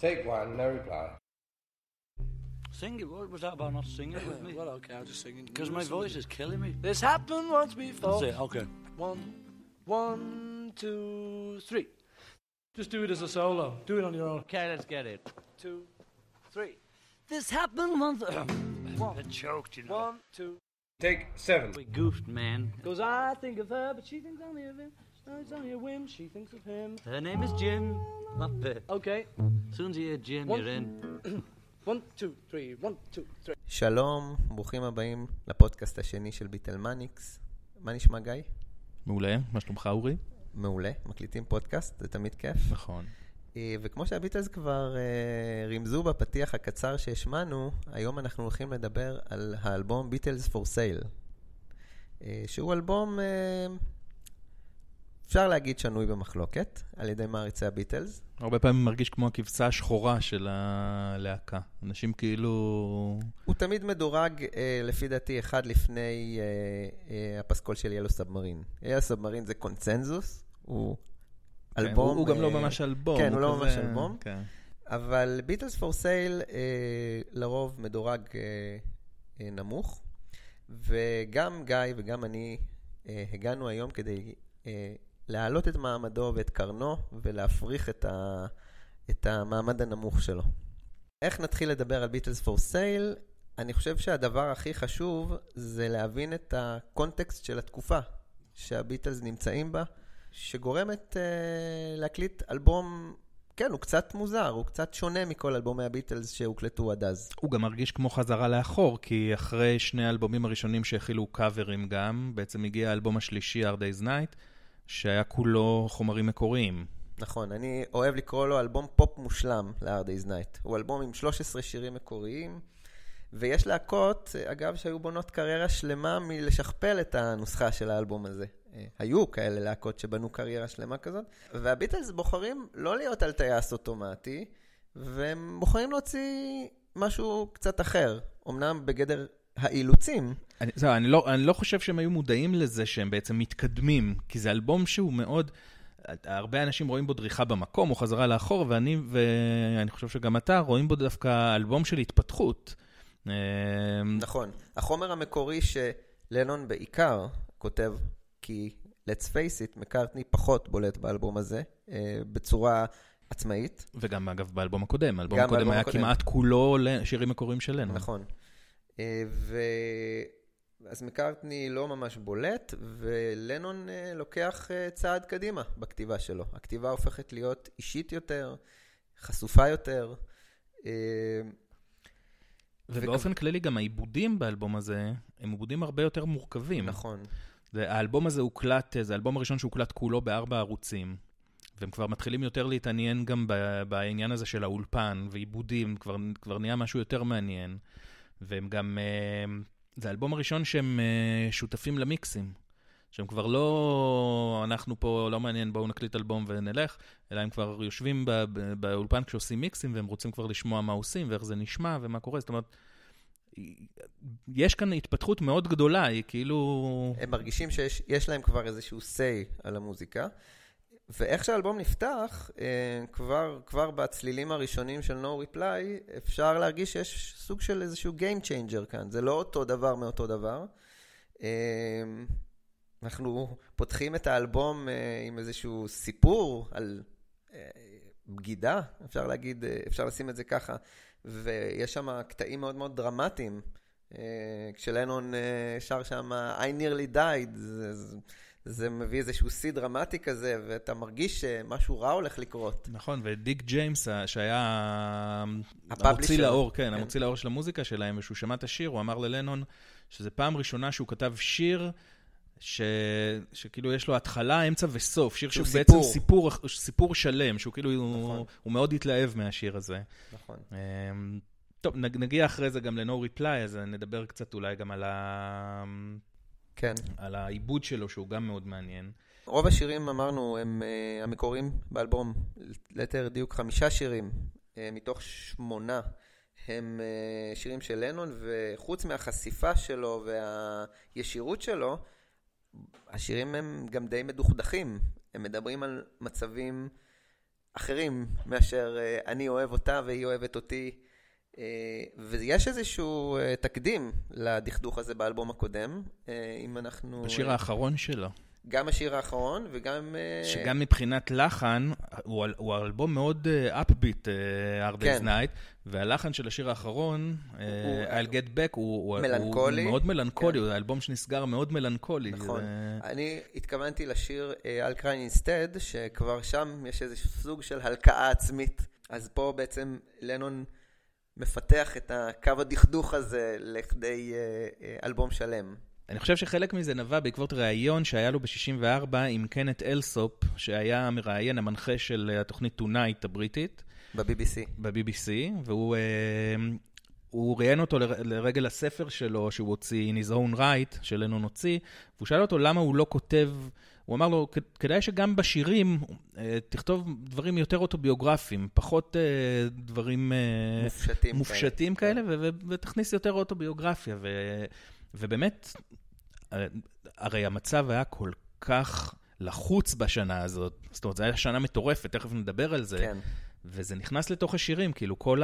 Take one, no reply. Sing it. What was that about not singing it with me? Well, okay, I'll just sing it. Because my voice is killing me. This happened once before. That's it, okay. One, two, three. Just do it as a solo. Do it on your own. Okay, let's get it. 2, 3. This happened once... One. I choked, you know. 1, 2. Take 7. We goofed, man. Goes, I think of her, but she thinks only of him. No, it's only a whim, she thinks of him. Her name is Jim. Up it. Okay. As soon as you hear Jim, One. you're in. 1, 2, 3. 1, 2, 3. שלום, ברוכים הבאים לפודקאסט השני של ביטלמניקס. מה נשמע גיא? מעולה, מה שלומך אורי? מעולה, מקליטים פודקאסט, זה תמיד כיף. נכון. וכמו שהביטלס כבר רימזו בפתיח הקצר שהשמענו, היום אנחנו הולכים לדבר על האלבום ביטלס פור סייל, שהוא אלבום, אפשר להגיד שנוי במחלוקת, על ידי מעריצי הביטלס. הרבה פעמים מרגיש כמו הכבשה השחורה של הלהקה. אנשים כאילו... הוא תמיד מדורג, לפי דעתי, אחד לפני הפסקול של ילו סאבמרין. ילו סאבמרין זה קונצנזוס, הוא אלבום... הוא גם לא ממש אלבום. כן, הוא לא ממש אלבום. כן. אבל ביטלס פור סייל לרוב מדורג נמוך, וגם גיא וגם אני הגענו היום כדי להעלות את מעמדו ואת קרנו ולהפריך את המעמד הנמוך שלו. איך נתחיל לדבר על ביטלס פור סייל? אני חושב שהדבר הכי חשוב זה להבין את הקונטקסט של התקופה שהביטלס נמצאים בה, שגורמת להקליט אלבום, כן, הוא קצת מוזר, הוא קצת שונה מכל אלבומי הביטלס שהוקלטו עד אז. הוא גם מרגיש כמו חזרה לאחור, כי אחרי שני האלבומים הראשונים שהכילו קאברים גם, בעצם הגיע האלבום השלישי, Hard Day's Night, שהיה כולו חומרים מקוריים. נכון, אני אוהב לקרוא לו אלבום פופ מושלם ל-Hard Day's Night. הוא אלבום עם 13 שירים מקוריים, ויש להקות, אגב, שהיו בונות קריירה שלמה מלשכפל את הנוסחה של האלבום הזה. היו כאלה להקות שבנו קריירה שלמה כזאת, והביטלס בוחרים לא להיות על טייס אוטומטי, והם בוחרים להוציא משהו קצת אחר, אמנם בגדר האילוצים. אני לא חושב שהם היו מודעים לזה שהם בעצם מתקדמים, כי זה אלבום שהוא מאוד... הרבה אנשים רואים בו דריכה במקום, הוא חזרה לאחור, ואני חושב שגם אתה רואים בו דווקא אלבום של התפתחות. נכון. החומר המקורי שלנון בעיקר כותב, כי let's face it, מקארטני פחות בולט באלבום הזה, בצורה עצמאית. וגם אגב באלבום הקודם, האלבום הקודם היה כמעט כולו שירים מקוריים של לנון. נכון. אז מקארטני לא ממש בולט, ולנון לוקח צעד קדימה בכתיבה שלו. הכתיבה הופכת להיות אישית יותר, חשופה יותר. ובאופן כללי גם העיבודים באלבום הזה, הם עיבודים הרבה יותר מורכבים. נכון. האלבום הזה הוקלט, זה האלבום הראשון שהוקלט כולו ב4 ערוצים, והם כבר מתחילים יותר להתעניין גם בעניין הזה של האולפן, ועיבודים, כבר נהיה משהו יותר מעניין. והם גם, זה האלבום הראשון שהם שותפים למיקסים, שהם כבר לא, אנחנו פה לא מעניין, בואו נקליט אלבום ונלך, אלא הם כבר יושבים באולפן כשעושים מיקסים, והם רוצים כבר לשמוע מה עושים, ואיך זה נשמע, ומה קורה. זאת אומרת, יש כאן התפתחות מאוד גדולה, היא כאילו... הם מרגישים שיש להם כבר איזשהו say על המוזיקה, ואיך שהאלבום נפתח, כבר בצלילים הראשונים של No Reply, אפשר להרגיש שיש סוג של איזשהו game changer כאן. זה לא אותו דבר מאותו דבר. אנחנו פותחים את האלבום עם איזשהו סיפור על בגידה, אפשר להגיד, אפשר לשים את זה ככה, ויש שם קטעים מאוד מאוד דרמטיים. כשלנון שר שם I nearly died, זה מביא איזשהו שיא דרמטי כזה, ואתה מרגיש שמשהו רע הולך לקרות. נכון, ודיק ג'יימס, שהיה המוציא לאור של המוזיקה שלהם, ושהוא שמע את השיר, הוא אמר ללנון, שזה פעם ראשונה שהוא כתב שיר, שכאילו יש לו התחלה, אמצע וסוף, שיר שהוא בעצם סיפור שלם, שהוא כאילו, הוא מאוד התלהב מהשיר הזה. נכון. טוב, נגיע אחרי זה גם ל-No Reply, אז נדבר קצת אולי גם על העיבוד שלו, שהוא גם מאוד מעניין. רוב השירים, אמרנו, הם המקוריים באלבום, ליתר דיוק 5 שירים, מתוך 8 הם שירים של לנון, וחוץ מהחשיפה שלו והישירות שלו, השירים הם גם די מדוכדכים. הם מדברים על מצבים אחרים מאשר אני אוהב אותה והיא אוהבת אותי. ויש איזשהו תקדים לדכדוך הזה באלבום הקודם, אם אנחנו... בשיר האחרון שלה. גם השיר האחרון וגם... שגם מבחינת לחן, הוא אלבום מאוד upbeat, Hard Day's Night, והלחן של השיר האחרון, I'll Get Back, הוא מאוד מלנכולי, הוא אלבום שנסגר מאוד מלנכולי. נכון. אני התכוונתי לשיר I'll Cry Instead, שכבר שם יש איזשהו סוג של הלקאה עצמית. אז פה בעצם לנון מפתח את הקו הדכדוך הזה לכדי אלבום שלם. אני חושב שחלק מזה נבע בעקבות ראיון שהיה לו ב-64 עם קנט אלסופ, שהיה מראיין המנחה של התוכנית Tonight הבריטית. ב-BBC, והוא ראיין אותו לרגל הספר שלו, שהוא הוציא In His Own Right, שלנון הוציא, והוא שאל אותו למה הוא לא כותב, הוא אמר לו, כדאי שגם בשירים תכתוב דברים יותר אוטוביוגרפיים, פחות דברים מופשטים כאלה, ותכניס יותר אוטוביוגרפיה, ובאמת, הרי המצב היה כל כך לחוץ בשנה הזאת. זאת אומרת, זו הייתה שנה מטורפת, תכף נדבר על זה. כן. וזה נכנס לתוך השירים, כאילו כל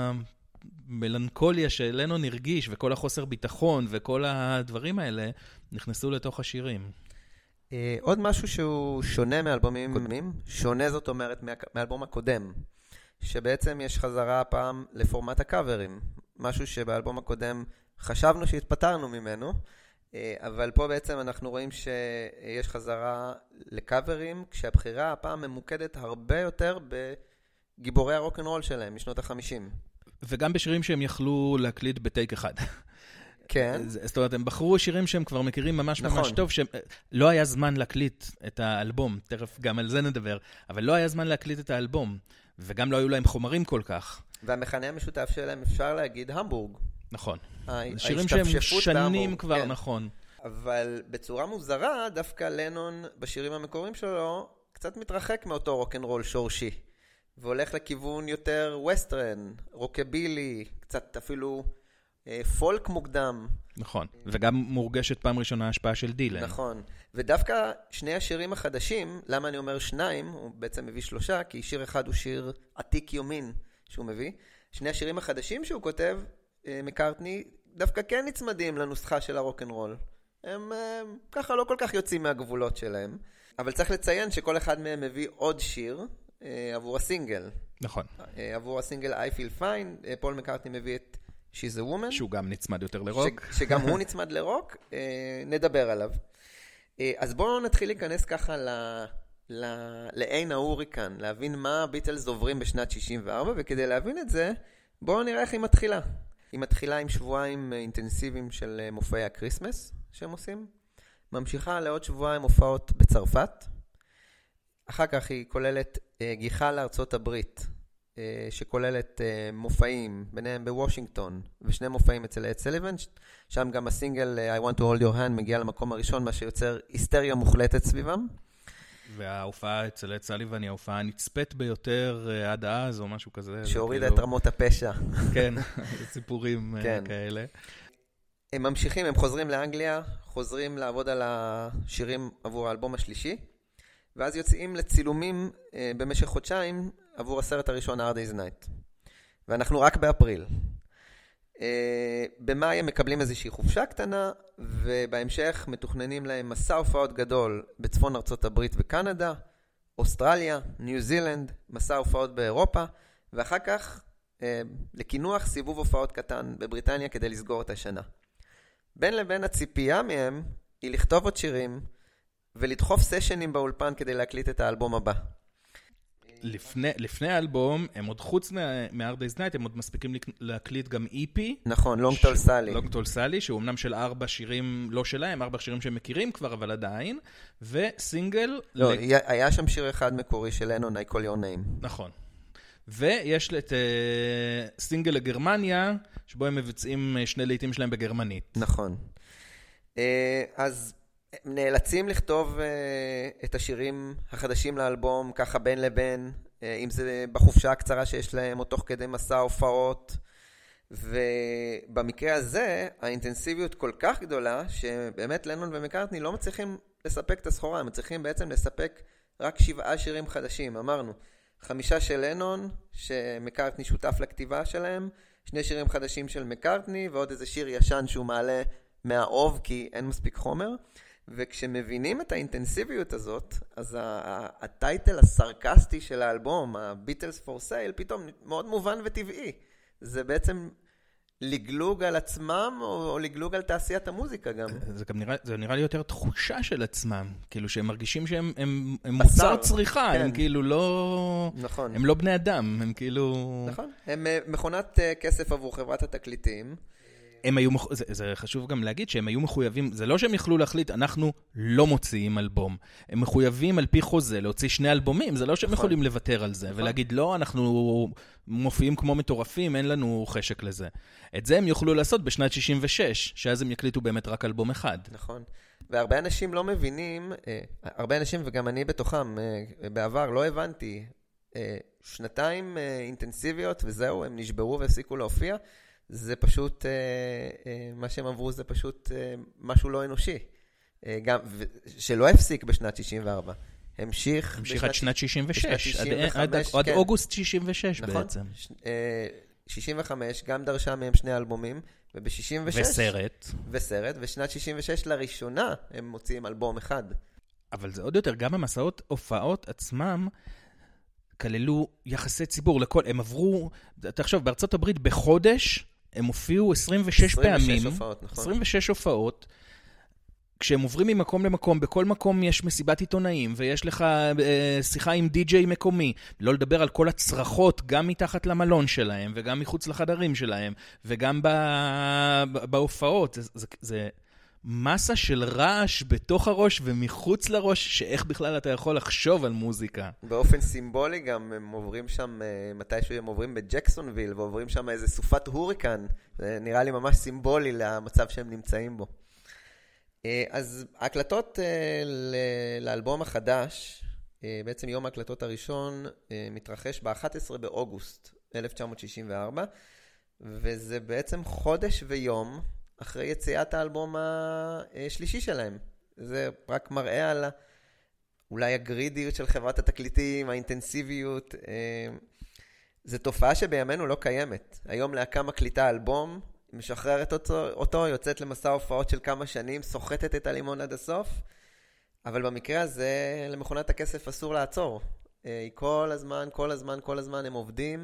המלנכוליה שלנו נרגיש, וכל החוסר ביטחון, וכל הדברים האלה, נכנסו לתוך השירים. עוד משהו שהוא שונה מאלבומים קודמים, שונה זאת אומרת מאלבום הקודם, שבעצם יש חזרה הפעם לפורמט הקאברים, משהו שבאלבום הקודם חשבנו שהתפטרנו ממנו, אבל פה בעצם אנחנו רואים שיש חזרה לקאברים, כשהבחירה הפעם ממוקדת הרבה יותר בגיבורי הרוק'נ'רול שלהם, משנות ה-50. וגם בשירים שהם יכלו להקליט בטייק אחד. כן. זאת אומרת, הם בחרו שירים שהם כבר מכירים ממש ממש טוב, שלא היה זמן להקליט את האלבום, תכף גם על זה נדבר, אבל לא היה זמן להקליט את האלבום, וגם לא היו להם חומרים כל כך. והמכנה המשותף שלהם אפשר להגיד המבורג. נכון. שירים שהם שנים כבר, כן. נכון. אבל בצורה מוזרה, דווקא לנון בששירים המקוריים שלו קצת מתרחק מאותו רוק'נ'רול שורשי, והולך לכיוון יותר ווסטרן, רוקבילי, קצת אפילו פולק מוקדם. נכון, וגם מורגשת פעם ראשונה ההשפעה של דילן. נכון, ודווקא שני השירים החדשים, למה אני אומר שניים, הוא בעצם מביא שלושה, כי שיר אחד הוא שיר עתיק יומין שהוא מביא. שני השירים החדשים שהוא כותב, מקארטני, דווקא כן נצמדים לנוסחה של הרוק'נ'רול. הם ככה לא כל כך יוצאים מהגבולות שלהם, אבל צריך לציין שכל אחד מהם מביא עוד שיר עבור הסינגל. נכון. עבור הסינגל I Feel Fine, פול מקארטני מביא את She's a Woman. שהוא גם נצמד יותר לרוק. שגם הוא נצמד לרוק, נדבר עליו. אז בואו נתחיל להיכנס ככה לעין ההוריקן, להבין מה הביטלס עוברים בשנת 64, וכדי להבין את זה, בואו נראה איך היא מתחילה. היא מתחילה עם שבועיים אינטנסיביים של מופעי הקריסמס שהם עושים. ממשיכה לעוד שבועיים הופעות בצרפת. אחר כך היא כוללת גיחה לארצות הברית, שכוללת מופעים, ביניהם בוושינגטון, ושני מופעים אצל אד סליבן, שם גם הסינגל I Want to Hold Your Hand מגיע למקום הראשון, מה שיוצר היסטריה מוחלטת סביבם. וההופעה אצל אד סליבן היא ההופעה הנצפית ביותר עד אז, או משהו כזה. שהורידה את רמות הפשע. כן, סיפורים כאלה. הם ממשיכים, הם חוזרים לאנגליה, חוזרים לעבוד על השירים עבור האלבום השלישי, ואז יוצאים לצילומים במשך חודשיים עבור הסרט הראשון Hard Day's Night. ואנחנו רק באפריל. במאי הם מקבלים איזושהי חופשה קטנה, ובהמשך מתוכננים להם מסע הופעות גדול בצפון ארצות הברית וקנדה, אוסטרליה, ניו זילנד, מסע הופעות באירופה, ואחר כך לכינוח סיבוב הופעות קטן בבריטניה כדי לסגור את השנה. בין לבין הציפייה מהם היא לכתוב עוד שירים, ולדחוף סשנים באולפן כדי להקליט את האלבום הבא. לפני האלבום, הם עוד חוץ מ-Hard Day's Night, הם עוד מספיקים להקליט גם EP. נכון, Long Tall Sally. Long Tall Sally, שהוא אמנם של 4 שירים לא שלהם, 4 שירים שהם מכירים כבר, אבל עדיין. וסינגל... לא, היה שם שיר אחד מקורי של לנון, I Call Your Name. נכון. ויש את סינגל לגרמניה, שבו הם מבצעים שני לעיתים שלהם בגרמנית. נכון. אז... הם נאלצים לכתוב את השירים החדשים לאלבום ככה בין לבין, אם זה בחופשה הקצרה שיש להם או תוך כדי מסע הופעות, ובמקרה הזה האינטנסיביות כל כך גדולה שבאמת לנון ומקארטני לא מצליחים לספק את הסחורה, הם מצליחים בעצם לספק רק 7 שירים חדשים, אמרנו. 5 של לנון, שמקארטני שותף לכתיבה שלהם, 2 שירים חדשים של מקארטני, ועוד איזה שיר ישן שהוא מעלה מהאוב, כי אין מספיק חומר. וכשמבינים את האינטנסיביות הזאת, אז הטייטל הסרקסטי של האלבום, ה-Beatles for Sale, פתאום מאוד מובן וטבעי. זה בעצם לגלוג על עצמם, או לגלוג על תעשיית המוזיקה גם. זה נראה לי יותר תחושה של עצמם, כאילו שהם מרגישים שהם מוצר צריכה, הם כאילו לא... נכון. הם לא בני אדם, הם כאילו... נכון. הם מכונת כסף עבור חברת התקליטים. זה חשוב גם להגיד שהם היו מחויבים, זה לא שהם יכלו להחליט, אנחנו לא מוציאים אלבום. הם מחויבים על פי חוזה להוציא 2 אלבומים, זה לא שהם יכולים לוותר על זה, ולהגיד לא, אנחנו מופיעים כמו מטורפים, אין לנו חשק לזה. את זה הם יוכלו לעשות בשנת 66, שאז הם יקליטו באמת רק אלבום אחד. נכון. והרבה אנשים לא מבינים, הרבה אנשים וגם אני בתוכם, בעבר לא הבנתי, 2 אינטנסיביות וזהו, הם נשברו והפסיקו להופיע, זה פשוט, מה שהם עברו זה פשוט משהו לא אנושי. גם, שלא הפסיק בשנת 64. המשיך עד שנת 66, עד אוגוסט 66 בעצם. 65, גם דרשה מהם 2 אלבומים, וב-66... וסרט, ושנת 66 לראשונה הם מוציאים אלבום אחד. אבל זה עוד יותר, גם המסעות הופעות עצמם, כללו יחסי ציבור לכל, הם עברו, תחשוב, בארצות הברית בחודש, הם הופיעו 26 פעמים, הופעות, נכון. 26 הופעות, כשהם עוברים ממקום למקום, בכל מקום יש מסיבת עיתונאים, ויש לך שיחה עם די-ג'יי מקומי, לא לדבר על כל הצרחות, גם מתחת למלון שלהם, וגם מחוץ לחדרים שלהם, וגם בהופעות, זה מסה של רעש בתוך הראש ומחוץ לראש, שאיך בכלל אתה יכול לחשוב על מוזיקה. באופן סימבולי גם הם עוברים שם, מתישהו הם עוברים בג'קסונוויל, ועוברים שם איזה סופת הוריקן, זה נראה לי ממש סימבולי למצב שהם נמצאים בו. אז ההקלטות לאלבום החדש, בעצם יום ההקלטות הראשון, מתרחש ב-11 באוגוסט 1964, וזה בעצם חודש ויום אחרי יציאת האלבום השלישי שלהם. זה רק מראה על אולי הגרידיות של חברת התקליטים, האינטנסיביות. זו תופעה שבימינו לא קיימת. היום להקה מקליטה אלבום, משחררת אותו, יוצאת למסע הופעות של כמה שנים, סוחטת את הלימון עד הסוף, אבל במקרה הזה למכונת הכסף אסור לעצור. כל הזמן הם עובדים,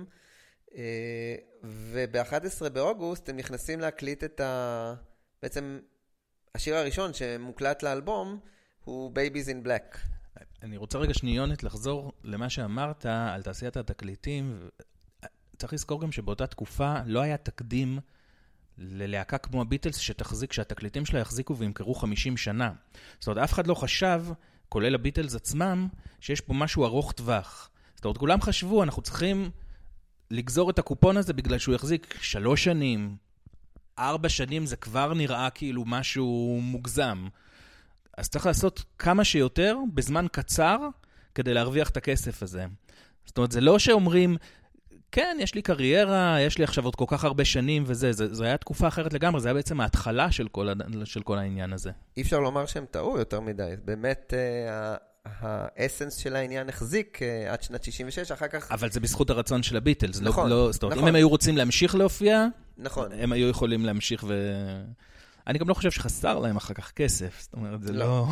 וב-11 באוגוסט הם נכנסים להקליט בעצם השיר הראשון שמוקלט לאלבום הוא Babies in Black. אני רוצה רגע שניונת לחזור למה שאמרת על תעשיית התקליטים. צריך לזכור גם שבאותה תקופה לא היה תקדים ללהקה כמו הביטלס שתחזיק, שהתקליטים שלה יחזיקו וימכרו 50 שנה. זאת אומרת, אף אחד לא חשב, כולל הביטלס עצמם, שיש פה משהו ארוך טווח. זאת אומרת, כולם חשבו, אנחנו צריכים לגזור את הקופון הזה בגלל שהוא יחזיק 3 שנים, 4 שנים, זה כבר נראה כאילו משהו מוגזם. אז צריך לעשות כמה שיותר בזמן קצר כדי להרוויח את הכסף הזה. זאת אומרת, זה לא שאומרים, כן, יש לי קריירה, יש לי עכשיו עוד כל כך הרבה שנים וזה, זה היה תקופה אחרת לגמרי, זה היה בעצם ההתחלה של כל העניין הזה. אי אפשר לומר שהם טעו יותר מדי, באמת האסנס של העניין החזיק עד שנת 66, אחר כך... אבל זה בזכות הרצון של הביטלס, נכון, זאת אומרת, אם הם היו רוצים להמשיך להופיע, נכון. הם היו יכולים להמשיך אני גם לא חושב שחסר להם אחר כך כסף, זאת אומרת, זה לא...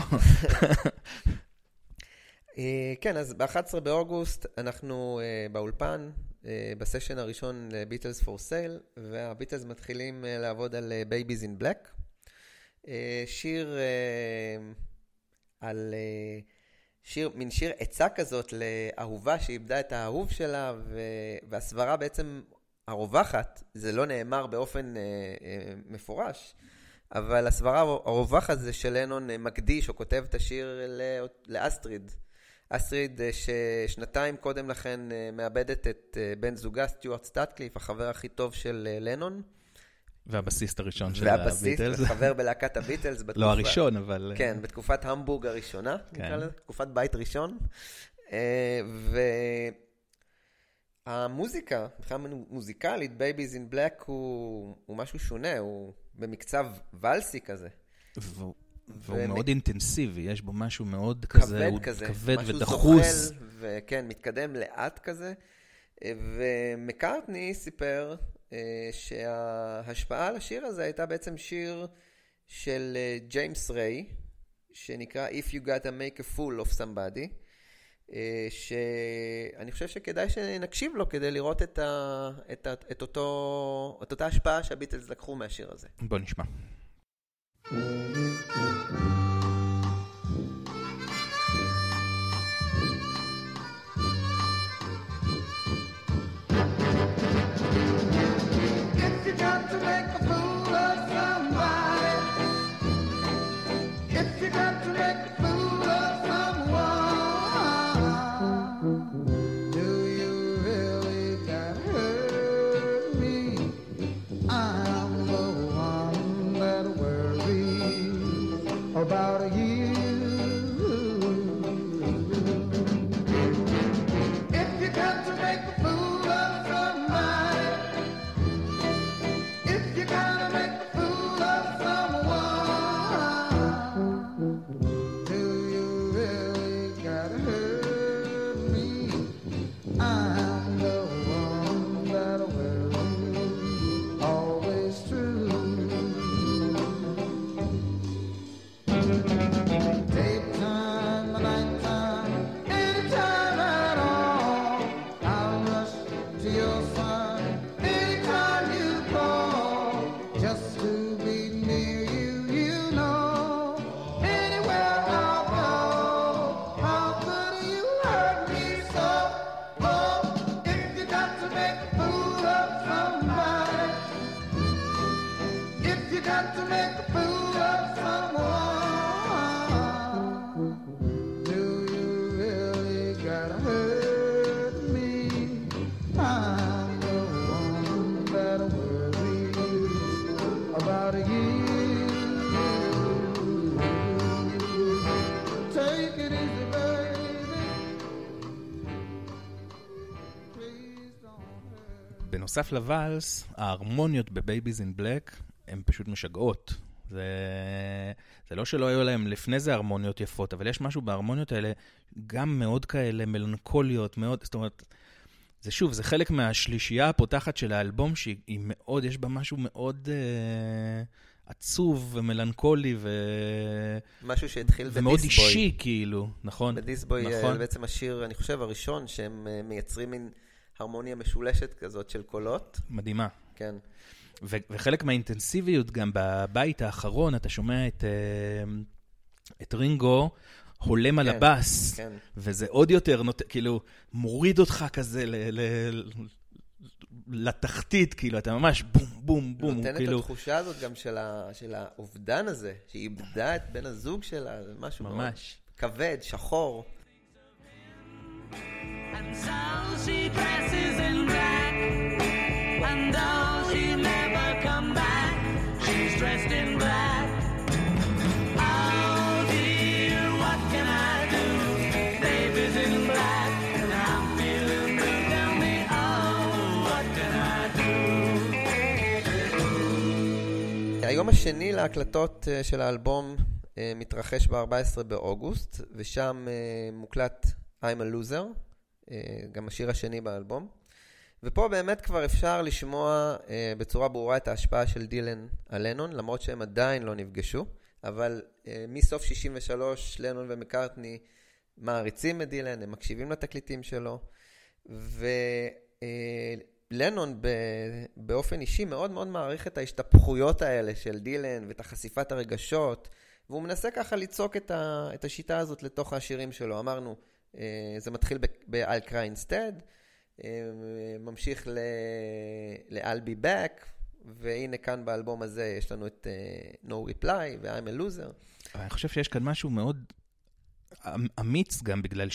כן, אז ב-11 באוגוסט אנחנו באולפן, בסשן הראשון לביטלס פור סייל, והביטלס מתחילים לעבוד על Babies in Black. שיר על... מין שיר עצה כזאת לאהובה שאיבדה את האהוב שלה, והסברה בעצם הרווחת, זה לא נאמר באופן מפורש, אבל הסברה הרווחת זה שלנון מקדיש או כותב את השיר לאסטריד. אסטריד ששנתיים קודם לכן מאבדת את בן זוגה סטיוארט סטאטקליף, החבר הכי טוב של לנון. והבסיסט הראשון של הביטלס. והבסיסט, חבר בלהקת הביטלס. לא הראשון, אבל... כן, בתקופת המבורג הראשונה, תקופת בית ראשון. והמוזיקה, בכלל מוזיקלית, Babies in Black הוא משהו שונה, הוא במקצב ולסי כזה. והוא מאוד אינטנסיבי, יש בו משהו מאוד כזה, כבד ודחוס. משהו זוחל, וכן, מתקדם לאט כזה. ומקארטני סיפר שההשפעה על השיר הזה הייתה בעצם שיר של ג'יימס ריי, שנקרא If You Gotta Make a Fool of Somebody, שאני חושב שכדאי שנקשיב לו כדי לראות את אותה השפעה שהביטלס לקחו מהשיר הזה. בוא נשמע. About you, if you got to make a fool of somebody, if you gotta make a fool of someone, do you really gotta hurt me? I'm the one that will always true. Daytime, nighttime, anytime at all, I'll rush to your side anytime you call, just to be near you, you know. Anywhere I'll go, how could you hurt me so? Oh, if you got to make a fool of somebody, if you got to make a fool of someone, בנוסף לוואלס, ההרמוניות בבייביז אין בלק הן פשוט משגעות. זה לא שלא היו להם לפני זה הרמוניות יפות, אבל יש משהו בהרמוניות האלה גם מאוד כאלה מלנכוליות, מאוד, זאת אומרת, זה שוב, זה חלק מהשלישייה הפותחת של האלבום, שהיא מאוד, יש בה משהו מאוד עצוב ומלנכולי משהו שהתחיל בדיסבוי. ומאוד אישי כאילו, נכון? בדיסבוי, נכון. בעצם השיר, אני חושב, הראשון, שהם מייצרים מין הרמוניה משולשת כזאת של קולות. מדהימה. כן. וחלק מהאינטנסיביות גם בבית האחרון, אתה שומע את רינגו הולם על הבאס, כן. וזה עוד יותר, כאילו, מוריד אותך כזה לתחתית, כאילו, אתה ממש בום, בום, בום. נותן כאילו... את התחושה הזאת גם של האובדן הזה, שהיא איבדה את בן הזוג שלה, זה משהו ממש. מאוד כבד, שחור. And so she dresses in black, and though she'll never come back, she's dressed in black. Oh dear, what can I do? Baby's in black, and I'm feeling blue. Tell me, oh, what can I do? היום השני להקלטות של האלבום מתרחש ב-14 באוגוסט, ושם מוקלט I'm a Loser, גם השיר השני באלבום. ופה באמת כבר אפשר לשמוע בצורה ברורה את ההשפעה של דילן על לנון, למרות שהם עדיין לא נפגשו, אבל מסוף 63 לנון ומקארטני מעריצים את דילן, הם מקשיבים לתקליטים שלו, ולנון באופן אישי מאוד מאוד מעריך את ההשתפכויות האלה של דילן ואת החשיפת הרגשות, והוא מנסה ככה ליצוק את השיטה הזאת לתוך השירים שלו. אמרנו, זה מתחיל ב-I'll Cry Instead, ממשיך ל-I'll Be Back, והנה כאן באלבום הזה יש לנו את No Reply ו-I'm a Loser. אני חושב שיש כאן משהו מאוד אמיץ גם, בגלל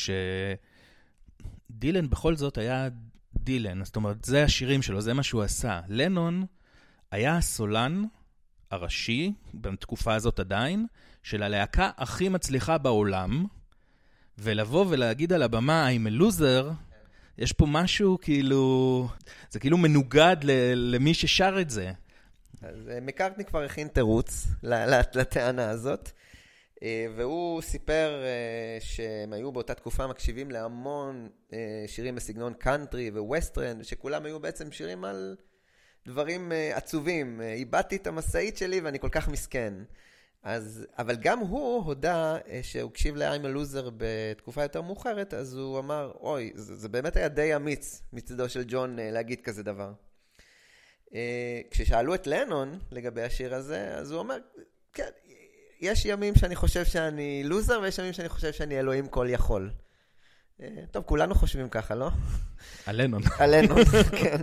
שדילן בכל זאת היה דילן, זאת אומרת, זה השירים שלו, זה מה שהוא עשה. לנון היה הסולן הראשי, בתקופה הזאת עדיין, של הלהקה הכי מצליחה בעולם, ולבוא ולהגיד על הבמה, I'm a loser, יש פה משהו כאילו, זה כאילו מנוגד למי ששר את זה. אז מקארטני כבר הכין תירוץ לטענה הזאת, והוא סיפר שהם היו באותה תקופה מקשיבים להמון שירים בסגנון קאנטרי וווסטרן, שכולם היו בעצם שירים על דברים עצובים. איבדתי את המשאית שלי ואני כל כך מסכן. אבל גם הוא הודע שהוא הקשיב ל-I'm a Loser בתקופה יותר מאוחרת, אז הוא אמר, אוי, זה באמת היה די אמיץ מצדו של ג'ון להגיד כזה דבר. כששאלו את לנון לגבי השיר הזה, אז הוא אומר, כן, יש ימים שאני חושב שאני לוזר, ויש ימים שאני חושב שאני אלוהים כל יכול. טוב, כולנו חושבים ככה, לא? הלנון. הלנון, כן.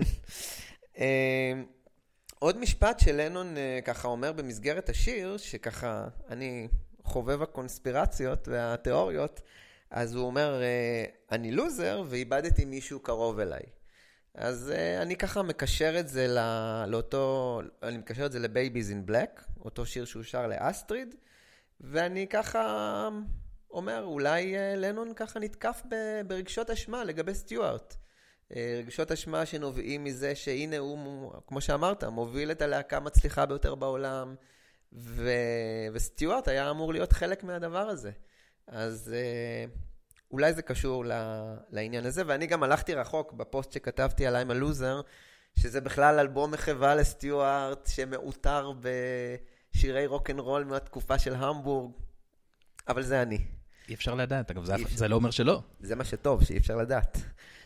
עוד משפט שלנון ככה אומר במסגרת השיר, שככה אני חובב הקונספירציות והתיאוריות, אז הוא אומר, אני לוזר ואיבדתי מישהו קרוב אליי. אז אני ככה מקשר את זה אני מקשר את זה ל-Babies in Black, אותו שיר שהוא שר לאסטריד, ואני ככה אומר, אולי לנון ככה נתקף ברגשות אשמה לגבי סטיוארט. רגשות אשמה שנובעים מזה שהנה הוא, כמו שאמרת, מוביל את הלהקה מצליחה ביותר בעולם, וסטיוארט היה אמור להיות חלק מהדבר הזה. אז אולי זה קשור לעניין הזה, ואני גם הלכתי רחוק בפוסט שכתבתי על I'm a Loser, שזה בכלל אלבום מחווה לסטיוארט, שמאותר בשירי רוק'נ'רול מהתקופה של המבורג, אבל זה אני. אי אפשר לדעת, אגב, זה לא אומר שלא. זה מה שטוב, שאי אפשר לדעת.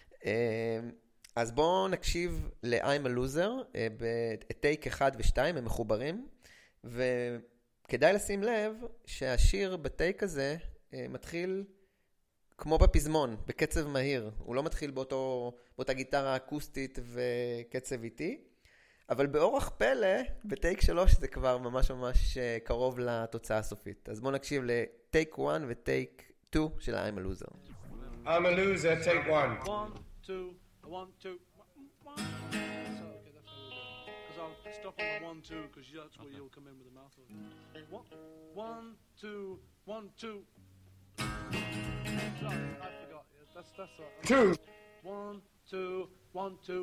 אז בואו נקשיב ל-I'm a Loser, בטייק 1 ו-2 הם מחוברים, וכדאי לשים לב שהשיר בטייק הזה מתחיל כמו בפזמון, בקצב מהיר. הוא לא מתחיל באותה גיטרה אקוסטית וקצב איטי, אבל באורח פלא, בטייק 3 זה כבר ממש ממש קרוב לתוצאה הסופית. אז בואו נקשיב לטייק 1 וטייק 2 של I'm a Loser. I'm a Loser, take 1. 1, 2, 1, 2, 1. So, okay, that's how we do it. Because I'll stop on the 1, 2, because that's where you'll come in with the mouth. 1, 2, 1, 2. Sorry, I forgot. That's all right. 2. 1, 2, 1, 2.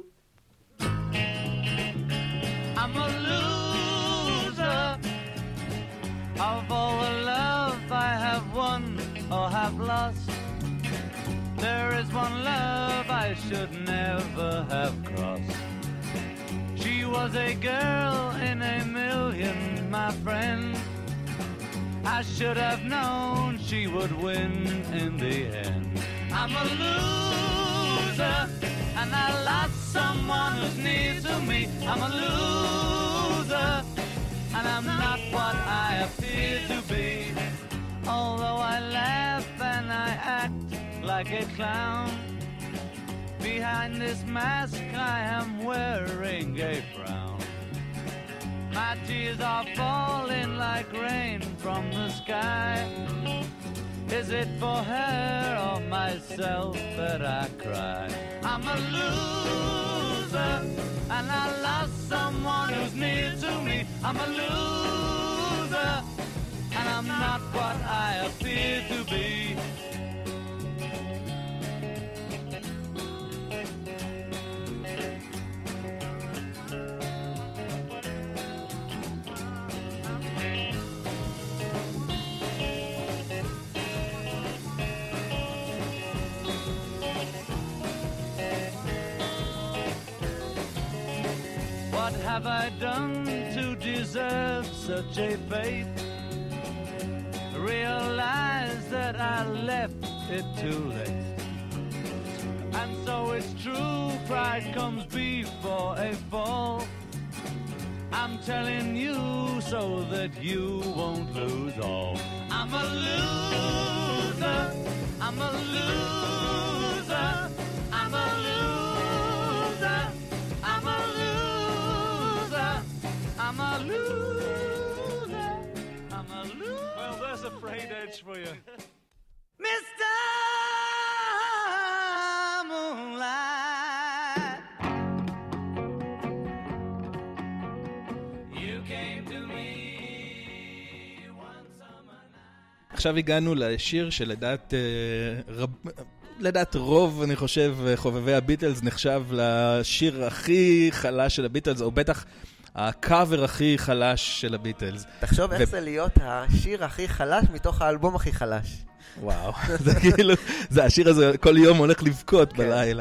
I'm a loser of all the love I have won or have lost. There is one love I should never have crossed. She was a girl in a million, my friend. I should have known she would win in the end. I'm a loser, and I lost someone who's near to me. I'm a loser, and I'm not what I appear to be. Although I laugh and I act like a clown, behind this mask I am wearing a frown. My tears are falling like rain from the sky. Is it for her or myself that I cry? I'm a loser, and I lost someone who's near to me. I'm a loser, and I'm not what I appear to be. What have I done to deserve such a fate? Realize that I left it too late. And so it's true, pride comes before a fall. I'm telling you so that you won't lose all. I'm a loser, I'm a loser, I'm a loser, I'm a loser, I'm a loser, I'm a loser. Well, there's a frayed edge for you. Mr. Moonlight, you came to me one summer night. עכשיו הגענו לשיר לדעת רוב, אני חושב, חובבי הביטלס, נחשב לשיר הכי חלש של הביטלס, או בטח הקאבר הכי חלש של הביטלס. תחשוב איך זה להיות השיר הכי חלש מתוך האלבום הכי חלש. וואו, זה כאילו, זה השיר הזה כל יום הולך לבכות בלילה.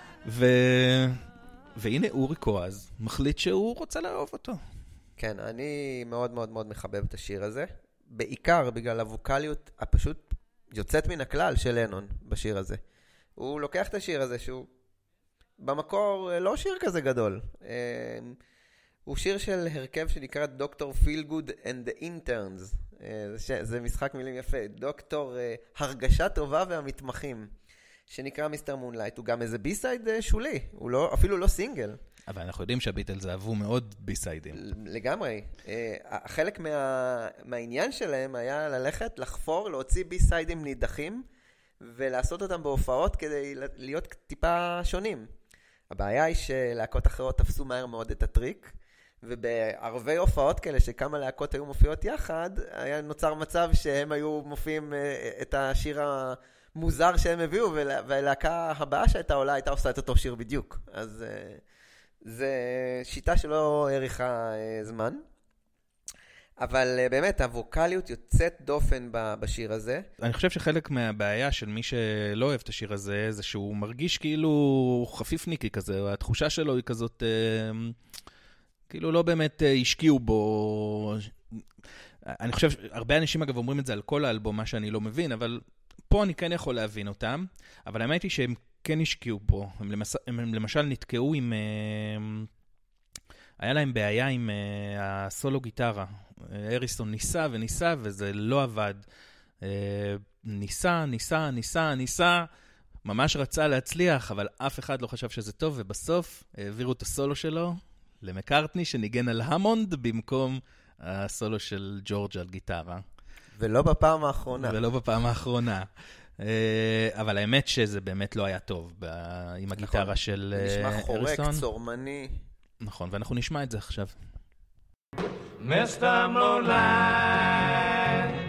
והנה אוריקו אז מחליט שהוא רוצה לאהוב אותו. כן, אני מאוד מאוד מאוד מחבב את השיר הזה. בעיקר בגלל הווקליות הפשוט יוצאת מן הכלל של לנון בשיר הזה. הוא לוקח את השיר הזה שהוא במקור לא שיר כזה גדול. הוא שיר של הרכב שנקרא דוקטור פילגוד and the Interns. זה משחק מילים יפה. דוקטור הרגשה טובה והמתמחים, שנקרא מיסטר מונלייט. הוא גם איזה בי-סייד שולי, הוא לא, אפילו לא סינגל. אבל אנחנו יודעים שהביטלס אהבו מאוד בי-סיידים. לגמרי. חלק מהעניין שלהם היה ללכת, לחפור, להוציא בי-סיידים נידחים, ולעשות אותם בהופעות כדי להיות טיפה שונים. הבעיה היא שלהקות אחרות תפסו מהר מאוד את הטריק, ובערבי הופעות כאלה שכמה להקות היו מופיעות יחד, היה נוצר מצב שהם היו מופיעים את השיר המוזר שהם הביאו, והלהקה הבאה שהייתה עולה הייתה עושה את אותו שיר בדיוק. אז זה שיטה שלא העריכה זמן. אבל באמת, הווקליות יוצאת דופן בשיר הזה. אני חושב שחלק מהבעיה של מי שלא אוהב את השיר הזה, זה שהוא מרגיש כאילו חפיפניקי כזה, התחושה שלו היא כזאת, כאילו לא באמת השקיעו בו. אני חושב, הרבה אנשים אגב אומרים את זה על כל האלבום, מה שאני לא מבין, אבל פה אני כן יכול להבין אותם, אבל האמת היא שהם כן השקיעו בו. הם למשל נתקעו עם, היה להם בעיה עם הסולו גיטרה. אריסון ניסה וניסה, וזה לא עבד. ניסה, ממש רצה להצליח, אבל אף אחד לא חשב שזה טוב, ובסוף העבירו את הסולו שלו למקארטני, שניגן על המונד במקום הסולו של ג'ורג' על גיטרה. ולא בפעם האחרונה. אבל האמת שזה באמת לא היה טוב עם הגיטרה של אריסון. נשמע חורק, צורמני. נכון, ואנחנו נשמע את זה עכשיו. Mr. Moonlight,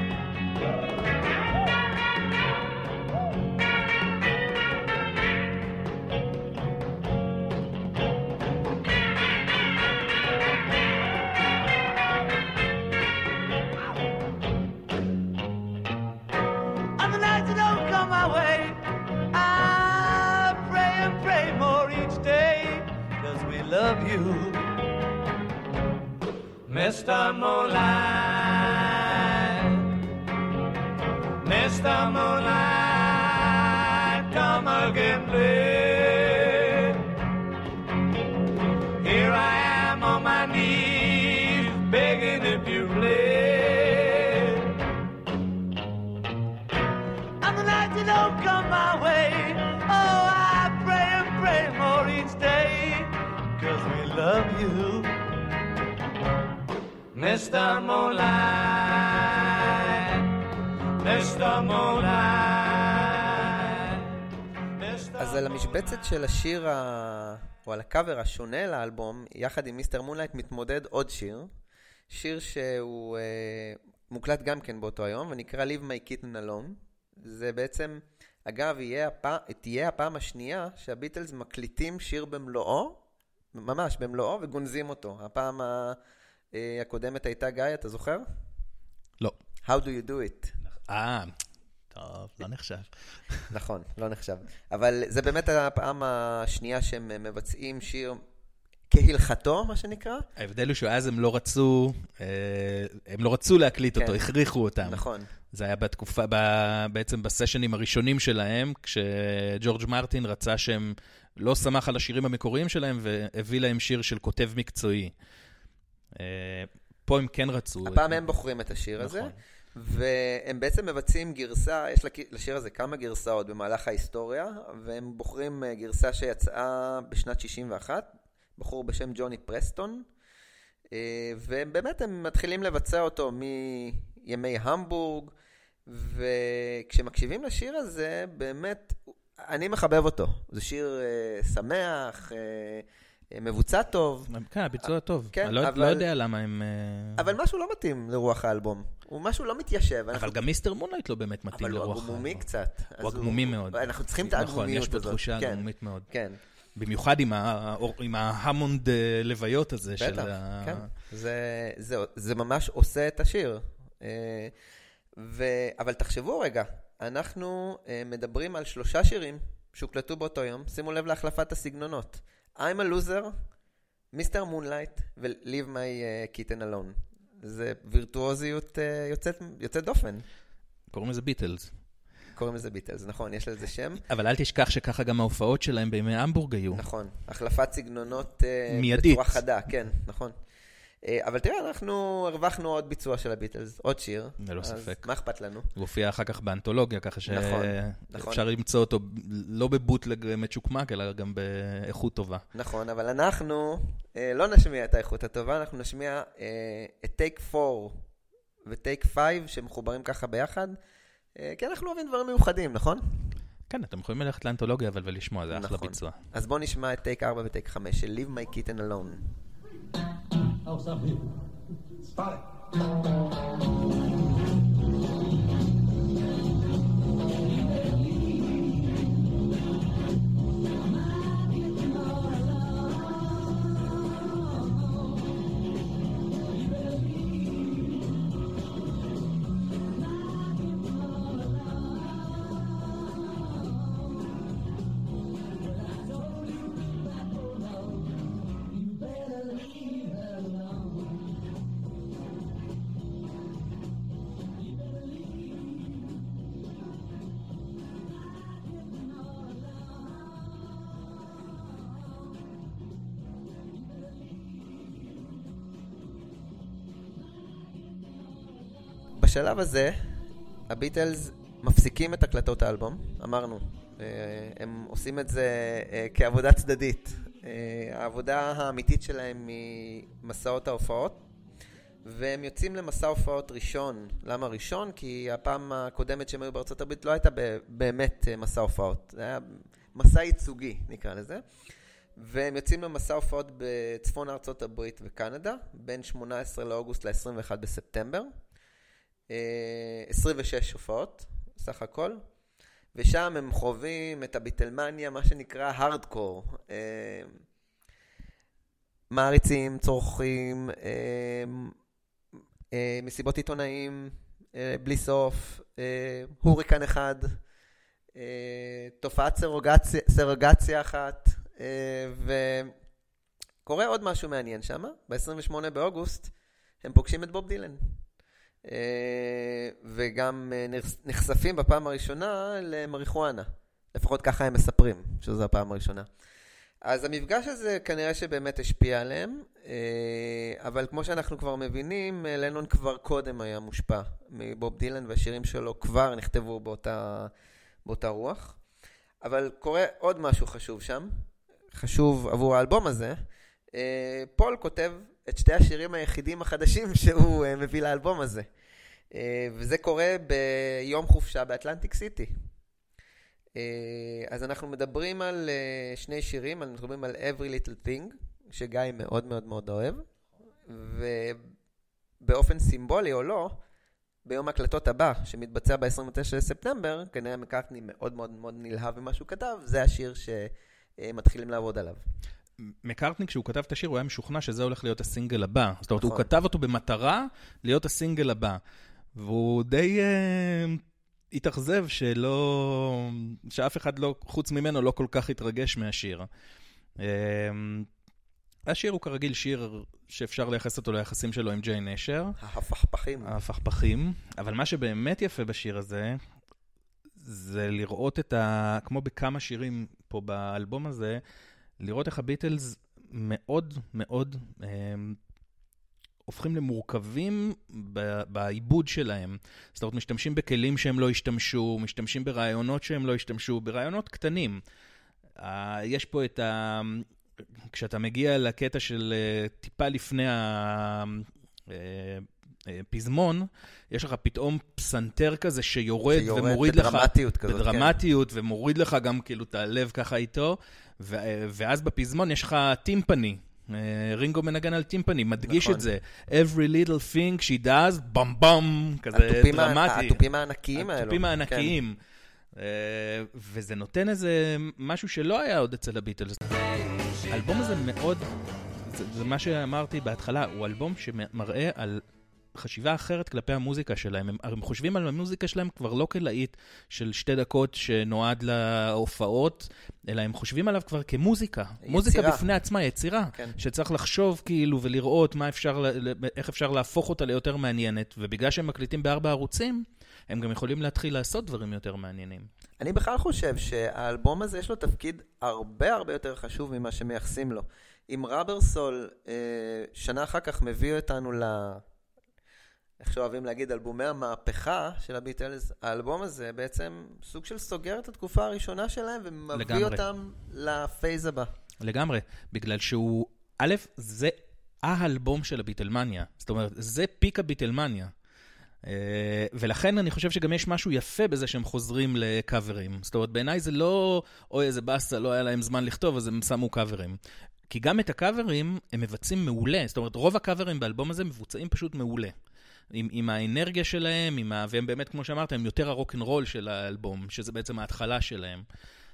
on the nights that don't come my way, I pray and pray more each day, 'cause we love you, Mr. Moonlight, Mr. Moonlight, come again, please. Here I am on my knees, begging if you please. On the night you don't come my way, oh, I pray and pray more each day, 'cause we love you, Mr. Moonlight, Mr. Moonlight, Mr. אז על המשבצת של השיר, או על הקאבר השונה לאלבום, יחד עם מיסטר מונלייט מתמודד עוד שיר שהוא מוקלט גם כן באותו היום, ונקרא Leave My Kitten Alone. זה בעצם, אגב, תהיה הפעם השנייה שהביטלס מקליטים שיר במלואו, ממש במלואו, וגונזים אותו. הפעם הקודמת הייתה גיא, אתה זוכר? לא. How do you do it? טוב, לא נחשב. נכון, לא נחשב. אבל זה באמת הפעם השנייה שהם מבצעים שיר כהלכתו, מה שנקרא. ההבדל הוא שאז הם לא רצו להקליט אותו, הכריחו אותם. נכון. זה היה בתקופה, בעצם בסשנים הראשונים שלהם, כשג'ורג' מרטין רצה שהם לא שמח על השירים המקוריים שלהם, והביא להם שיר של כותב מקצועי. פה הם כן רצו. הפעם הם בוחרים את השיר הזה, והם בעצם מבצעים גרסה, יש לשיר הזה כמה גרסאות במהלך ההיסטוריה, והם בוחרים גרסה שיצאה בשנת 61, בחור בשם ג'וני פרסטון, ובאמת הם מתחילים לבצע אותו מימי המבורג, וכשמקשיבים לשיר הזה, באמת, אני מחבב אותו. זה שיר שמח, מבוצע טוב. כן, הביצוע טוב. כן, אני לא יודע למה הם... אבל משהו לא מתאים לרוח האלבום. הוא משהו לא מתיישב. אבל גם מיסטר מונלייט לא באמת מתאים לרוח האלבום. אבל הוא הגמומי קצת. הוא הגמומי מאוד. אנחנו צריכים את הגמומיות הזאת. נכון, יש פה תחושה גמומית מאוד. כן. במיוחד עם ההמונד לוויות הזה. בטח, כן. זה ממש עושה את השיר. אבל תחשבו רגע, אנחנו מדברים על 3 שירים שהוקלטו באותו יום, שימו לב להחלפת הסגנונות. I'm a loser, Mr. Moonlight ו-Leave my kitten alone. זה וירטואוזיות יוצאת דופן. קוראים לזה ביטלס. קוראים לזה ביטלס, נכון, יש לזה שם. אבל אל תשכח שככה גם ההופעות שלהם בימי המבורג היו. נכון, החלפת סגנונות מיידית. בצורה חדה, כן, נכון. אבל תראה, אנחנו הרווחנו עוד ביצוע של הביטלס, עוד שיר. ללא ספק. מה אכפת לנו? הוא הופיע אחר כך באנתולוגיה, ככה נכון. שאפשר למצוא אותו לא בבוטלג מצ'וקמק, אלא גם באיכות טובה. נכון, אבל אנחנו לא נשמיע את האיכות הטובה, אנחנו נשמיע את Take 4 ו-Take 5 שמחוברים ככה ביחד, כי אנחנו אוהבים דברים מיוחדים, נכון? כן, אתם יכולים ללכת לאנתולוגיה ולשמוע, זה אחלה ביצוע. אז בואו נשמע את Take 4 ו-Take 5 של Leave My Kitten Alone. Oh, stop here. Start it. בשלב הזה, הביטלס מפסיקים את הקלטות האלבום, אמרנו, הם עושים את זה כעבודה צדדית. העבודה האמיתית שלהם היא מסעות ההופעות, והם יוצאים למסע הופעות ראשון. למה ראשון? כי הפעם הקודמת שהם היו בארצות הברית לא הייתה באמת מסע הופעות, זה היה מסע ייצוגי, נקרא לזה. והם יוצאים למסע הופעות בצפון ארצות הברית וקנדה, בין 18 לאוגוסט ל-21 בספטמבר. 26 הופעות, סך הכל, ושם הם חווים את הביטלמניה, מה שנקרא הרדקור. מעריצים, צורכים, מסיבות עיתונאים, בלי סוף, הוריקן אחד, תופעת סרוגציה אחת, וקורה עוד משהו מעניין שם. ב-28 באוגוסט הם פוגשים את בוב דילן. וגם נחשפים בפעם הראשונה למריחואנה. לפחות ככה הם מספרים, שזו הפעם הראשונה. אז המפגש הזה כנראה שבאמת השפיע עליהם, אבל כמו שאנחנו כבר מבינים, לנון כבר קודם היה מושפע מבוב דילן, והשירים שלו כבר נכתבו באותה רוח. אבל קורה עוד משהו חשוב שם, חשוב עבור האלבום הזה. פול כותב את 2 השירים היחידים החדשים שהוא מביא לאלבום הזה. וזה קורה ביום חופשה באטלנטיק סיטי. אז אנחנו מדברים על 2 שירים, אנחנו מדברים על Every Little Thing, שגיא מאוד מאוד מאוד אוהב, ובאופן סימבולי או לא, ביום ההקלטות הבא, שמתבצע ב-29 לספטמבר, כנראה מקארטני מאוד מאוד מאוד נלהב במה שהוא כתב, זה השיר שמתחילים לעבוד עליו. מקארטני, כשהוא כתב את השיר, הוא היה משוכנע שזה הולך להיות הסינגל הבא. זאת אומרת, הוא כתב אותו במטרה להיות הסינגל הבא. והוא די התאכזב שאף אחד לא, חוץ ממנו, לא כל כך התרגש מהשיר. השיר הוא כרגיל שיר שאפשר לייחס אותו ליחסים שלו עם ג'יי נשר. ההפכפכים. אבל מה שבאמת יפה בשיר הזה, זה לראות כמו בכמה שירים פה באלבום הזה, לראות איך הביטלס מאוד מאוד הופכים למורכבים בעיבוד שלהם. זאת אומרת, משתמשים בכלים שהם לא השתמשו, משתמשים ברעיונות שהם לא השתמשו, ברעיונות קטנים. יש פה כשאתה מגיע לקטע של טיפה לפני הפזמון, יש לך פתאום פסנתר כזה שיורד ומוריד לך בדרמטיות, ומוריד לך גם כאילו את הלב ככה איתו, ואז בפזמון יש לך טימפני, רינגו מנגן על טימפני, מדגיש את זה. Every little thing she does, בם בם, כזה דרמטי. הטופים הענקיים האלו. הטופים הענקיים. וזה נותן איזה משהו שלא היה עוד אצל הביטלס. האלבום הזה מאוד, זה מה שאמרתי בהתחלה, הוא אלבום שמראה על חשיבה אחרת כלפי המוזיקה שלהם. הם חושבים על המוזיקה שלהם כבר לא כלהיט של 2 דקות שנועד להופעות, אלא הם חושבים עליו כבר כמוזיקה. מוזיקה בפני עצמה, יצירה, שצריך לחשוב כאילו ולראות איך אפשר להפוך אותה ליותר מעניינת, ובגלל שהם מקליטים ב4 ערוצים, הם גם יכולים להתחיל לעשות דברים יותר מעניינים. אני בכלל חושב שהאלבום הזה יש לו תפקיד הרבה הרבה יותר חשוב ממה שמייחסים לו. אם רבר סול שנה אחר כך מביא אותנו איך שאוהבים להגיד, אלבומי המהפכה של הביטלס, האלבום הזה בעצם סוג של סוגר את התקופה הראשונה שלהם ומביא אותם לפייז הבא. לגמרי, בגלל שהוא, א', זה האלבום של הביטלמניה. זאת אומרת, זה פיק הביטלמניה. ולכן אני חושב שגם יש משהו יפה בזה שהם חוזרים לקאברים. זאת אומרת, בעיניי זה לא, אוי, איזה בסה, לא היה להם זמן לכתוב, אז הם שמו קאברים. כי גם את הקאברים הם מבצעים מעולה. זאת אומרת, רוב הקאברים באלבום הזה מבוצעים פשוט מעולה. עם האנרגיה שלהם, והם באמת, כמו שאמרת, הם יותר הרוק'נ'רול של האלבום, שזה בעצם ההתחלה שלהם.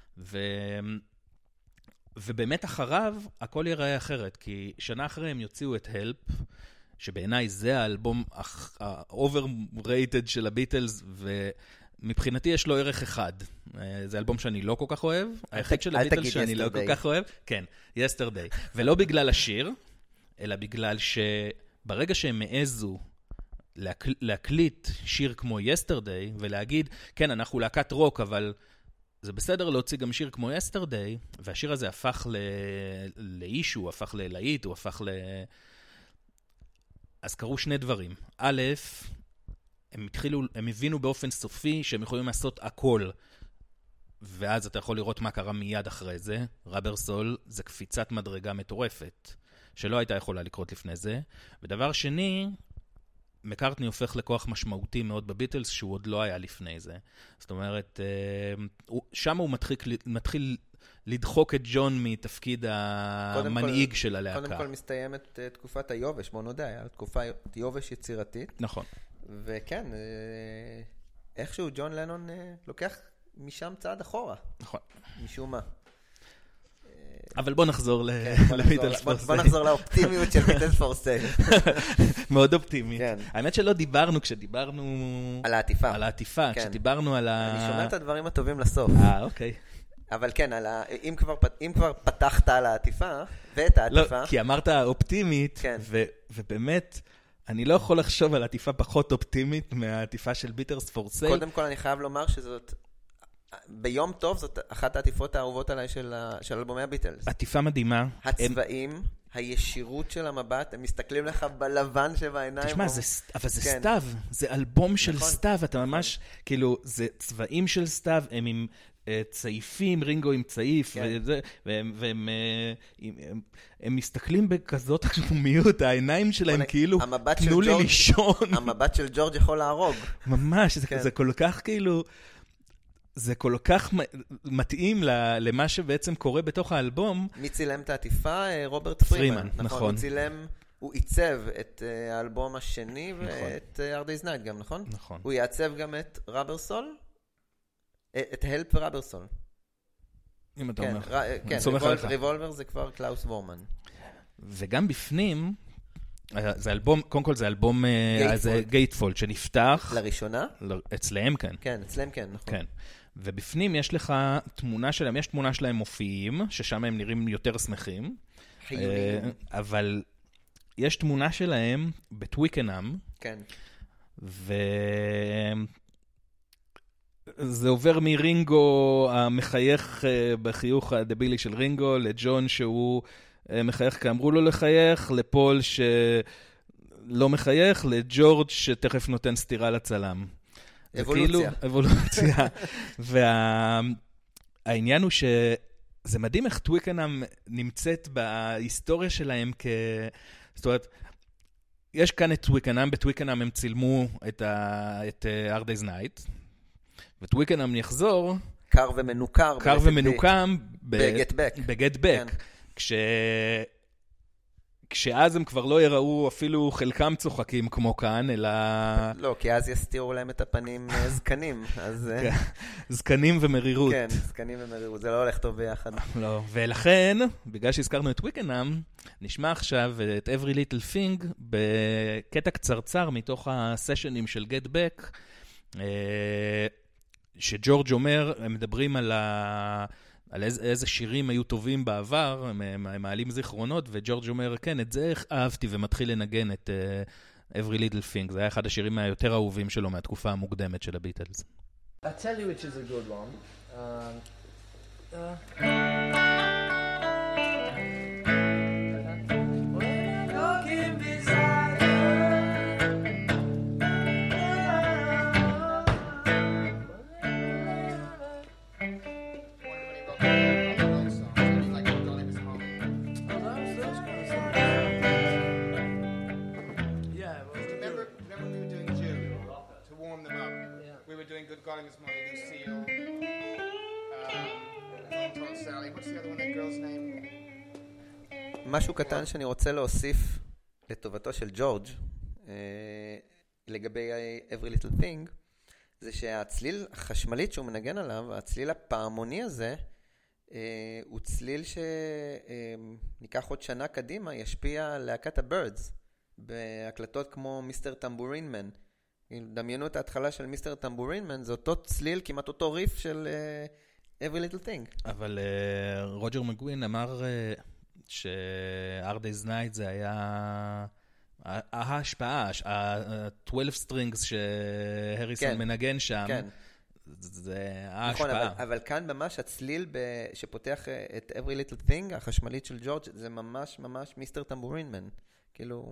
ובאמת אחריו, הכל ייראה אחרת, כי שנה אחרי הם יוציאו את Help, שבעיניי זה האלבום ה-overrated של הביטלס, ומבחינתי יש לו ערך אחד. זה אלבום שאני לא כל כך אוהב, היחיד של הביטלס שאני לא כל כך אוהב, כן, Yesterday. ולא בגלל השיר, אלא בגלל שברגע שהם מעזו להקליט שיר כמו Yesterday, ולהגיד, כן, אנחנו להקת רוק, אבל זה בסדר להוציא גם שיר כמו Yesterday, והשיר הזה הפך לאישו, הוא הפך ללהיט, הוא הפך אז קרו 2 דברים. א', הם הבינו באופן סופי שהם יכולים לעשות הכל, ואז אתה יכול לראות מה קרה מיד אחרי זה. רבר סול זה קפיצת מדרגה מטורפת, שלא הייתה יכולה לקרות לפני זה. ודבר שני, מקארטני הופך לכוח משמעותי מאוד בביטלס, שהוא עוד לא היה לפני זה. זאת אומרת, שם הוא מתחיל לדחוק את ג'ון מתפקיד המנהיג של הלהקה. קודם כל מסתיימת תקופת היובש, בוא נודע, היה תקופה יובש יצירתית. נכון. וכן, איכשהו ג'ון לנון לוקח משם צעד אחורה. נכון. משום מה. אבל בוא נחזור לביטלס פור סייל. בוא נחזור לאופטימיות של ביטלס פור סייל. מאוד אופטימי. האמת שלא דיברנו כשדיברנו על העטיפה. על העטיפה, כשדיברנו על אני שומע את הדברים הטובים לסוף. אוקיי. אבל כן, אם כבר פתחת על העטיפה, ואת העטיפה... לא, כי אמרת אופטימית, ובאמת, אני לא יכול לחשוב על עטיפה פחות אופטימית מהעטיפה של ביטלס פור סייל. קודם כל אני חייב לומר שזאת... ביום טוב זאת אחת העטיפות האהובות עליי של אלבומי הביטלס. עטיפה מדהימה. הצבעים, הישירות של המבט, הם מסתכלים לך בלבן שבעיניים. תשמע, אבל זה סתיו, זה אלבום של סתיו, אתה ממש, כאילו, זה צבעים של סתיו, הם עם צעיפים, רינגו עם צעיף, והם מסתכלים בכזאת חשומיות, העיניים שלהם כאילו, תנו לי לישון. המבט של ג'ורג' יכול להרוג. ממש, זה כל כך כאילו... זה כל כך מתאים למה שבעצם קורה בתוך האלבום. מי צילם את העטיפה? רוברט פרימן. נכון. הוא עיצב את האלבום השני ואת Hard Day's Night גם, נכון? נכון. הוא יעצב גם את רבר סול? את Help ורבר סול. אם אתה אומר. כן, ריבולבר זה כבר קלאוס וורמן. וגם בפנים, זה אלבום, קודם כל זה אלבום גייטפולד שנפתח. לראשונה? אצלהם כן. כן, אצלהם כן, נכון. כן. ובפנים יש לך תמונה שלהם, יש תמונה שלהם מופיעים, ששם הם נראים יותר שמחים. חיוניים. אבל יש תמונה שלהם בטוויקנאם. כן. זה עובר מרינגו המחייך בחיוך הדבילי של רינגו, לג'ון שהוא מחייך כי אמרו לו לחייך, לפול שלא מחייך, לג'ורג' שתכף נותן סתירה לצלם. אבולוציה. אבולוציה. והעניין הוא שזה מדהים איך טוויקנאם נמצאת בהיסטוריה שלהם זאת אומרת, יש כאן את טוויקנאם, בטוויקנאם הם צילמו את Hard Day's Night, וטוויקנאם יחזור... קר ומנוקר. קר ומנוקם ב-Get Back. ב-Get Back. כשאז הם כבר לא יראו אפילו חלקם צוחקים כמו כאן, אלא... לא, כי אז יסתירו להם את הפנים זקנים, אז... זקנים ומרירות. כן, זקנים ומרירות, זה לא הולך טוב ביחד. לא, ולכן, בגלל שהזכרנו את וויקנאם, נשמע עכשיו את Every Little Thing בקטע קצרצר מתוך הסשנים של Get Back, שג'ורג' אומר, הם מדברים על איזה שירים היו טובים בעבר, הם מעלים זיכרונות, וג'ורג' אומר, כן, את זה אהבתי, ומתחיל לנגן את Every Little Thing. זה היה אחד השירים היותר אהובים שלו מהתקופה המוקדמת של הביטלס. I'll tell you which is a good one. Good Golly Miss Molly, Lucille, Tom Sally. What's the other one? That girl's name? משהו קטן שאני רוצה להוסיף לטובתו של ג'ורג' לגבי Every Little Thing, זה שהצליל החשמלית שהוא מנגן עליו, הצליל הפעמוני הזה, הוא צליל שניקח עוד שנה קדימה, ישפיע על להקת הבירדס, בהקלטות כמו מיסטר טמבורין מן. דמיינו את ההתחלה של מיסטר טמבורין מן, זה אותו צליל, כמעט אותו ריף של Every Little Thing. אבל רוג'ר מגווין אמר ש-Hard Day's Night זה היה ההשפעה, ה-12 strings שהריסון מנגן שם, זה ההשפעה. נכון, אבל כאן ממש הצליל שפותח את Every Little Thing, החשמלית של ג'ורג', זה ממש ממש מיסטר טמבורין מן. כאילו...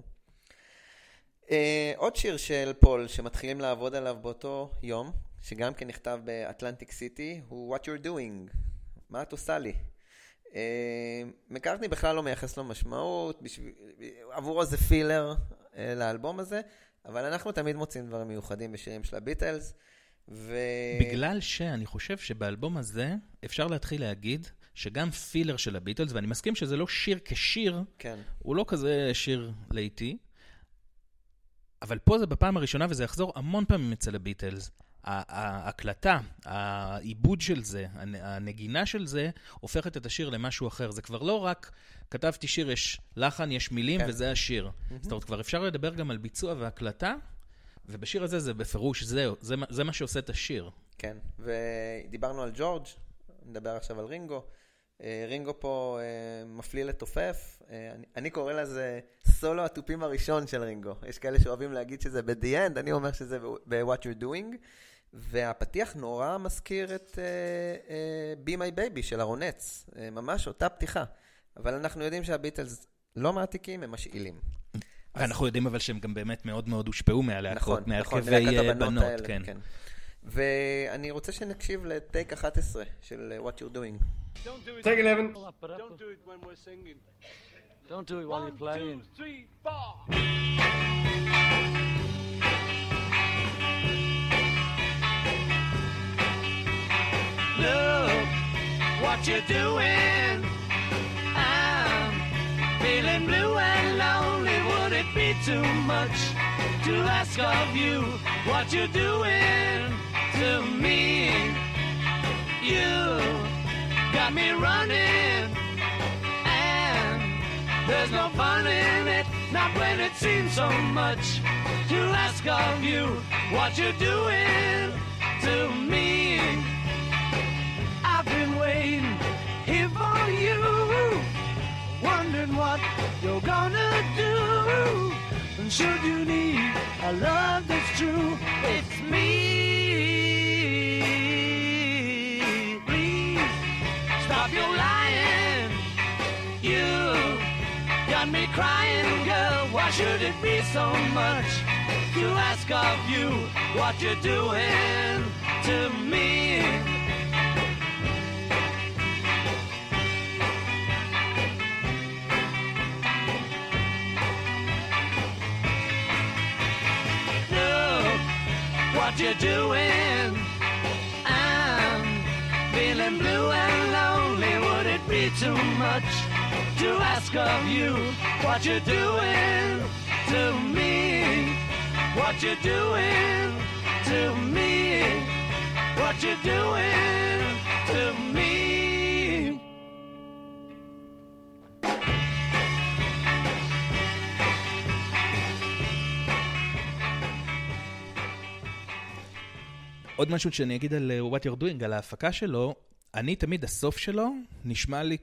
עוד שיר של פול שמתחילים לעבוד עליו באותו יום, שגם כן נכתב באטלנטיק סיטי, הוא What You're Doing, מה את עושה לי? מקארטני בכלל לא מייחס לו משמעות, עבורו זה פילר לאלבום הזה, אבל אנחנו תמיד מוצאים דברים מיוחדים בשירים של הביטלס. בגלל שאני חושב שבאלבום הזה אפשר להתחיל להגיד שגם פילר של הביטלס, ואני מסכים שזה לא שיר כשיר, כן. הוא לא כזה שיר לאיטי, אבל פה זה בפעם הראשונה, וזה יחזור המון פעמים אצל הביטלס. ההקלטה, העיבוד של זה, הנגינה של זה, הופכת את השיר למשהו אחר. זה כבר לא רק, כתבתי שיר, יש לחן, יש מילים, כן. וזה השיר. זאת אומרת, כבר אפשר לדבר גם על ביצוע והקלטה, ובשיר הזה זה בפירוש, זה מה שעושה את השיר. כן, ודיברנו על ג'ורג', נדבר עכשיו על רינגו. רינגו פה מפליל לתופף, אני קורא לזה סולו הטופים הראשון של רינגו. יש כאלה שאוהבים להגיד שזה ב-The End, אני אומר שזה ב-What You're Doing, והפתיח נורא מזכיר את Be My Baby של הרונץ, ממש אותה פתיחה. אבל אנחנו יודעים שהביטלס לא מעתיקים, הם משאילים. ואנחנו יודעים אבל שהם גם באמת מאוד מאוד הושפעו מהלהקות, מהרכבי בנות, כן. ואני רוצה שנקשיב לטייק 11 של What You're Doing. Take 11. Don't do it when we're singing. Don't do it while you're playing. 1, 2, 3, 4. Look what you're doing. I'm feeling blue and lonely. Would it be too much to ask of you what you're doing to me? You got me running, and there's no fun in it, not when it seems so much to ask of you what you're doing to me. I've been waiting here for you, wondering what you're gonna do. And should you need a love that's true, it's me. Stop your lying, you got me crying, girl. Why should it be so much to ask of you what you're doing to me? Look what you're doing. I'm feeling blue and lonely. Would it be too much to ask of you what you're doing to me, what you're doing to me, what you're doing to me. עוד משהו שאני אגיד על What You're Doing, על ההפקה שלו, אני תמיד הסוף שלו נשמע לי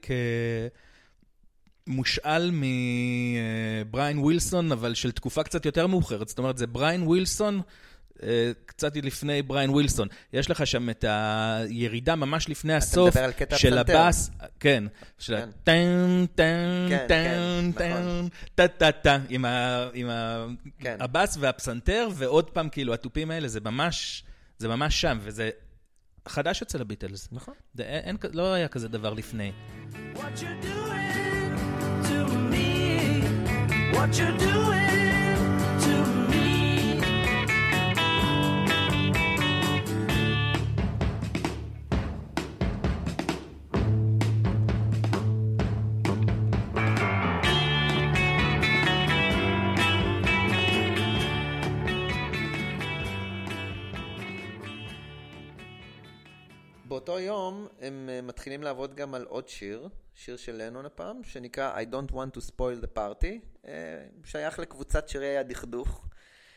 כמושאל מבריין ווילסון, אבל של תקופה קצת יותר מאוחרת. זאת אומרת, זה בריין ווילסון, קצת לפני בריין ווילסון. יש לך שם את הירידה ממש לפני הסוף של הבאס, כן, של הטן, טן, טן, טן, טה טה טה, עם הבאס והפסנתר, ועוד פעם כאילו הטופים האלה, זה ממש שם, וזה חדש אצל הביטלס. נכון. לא היה כזה דבר לפני. What you're doing to me, what you're doing to me. באותו יום הם מתחילים לעבוד גם על עוד שיר של לנון הפעם, שנקרא I Don't Want to Spoil the Party, שייך לקבוצת שירי הדכדוך,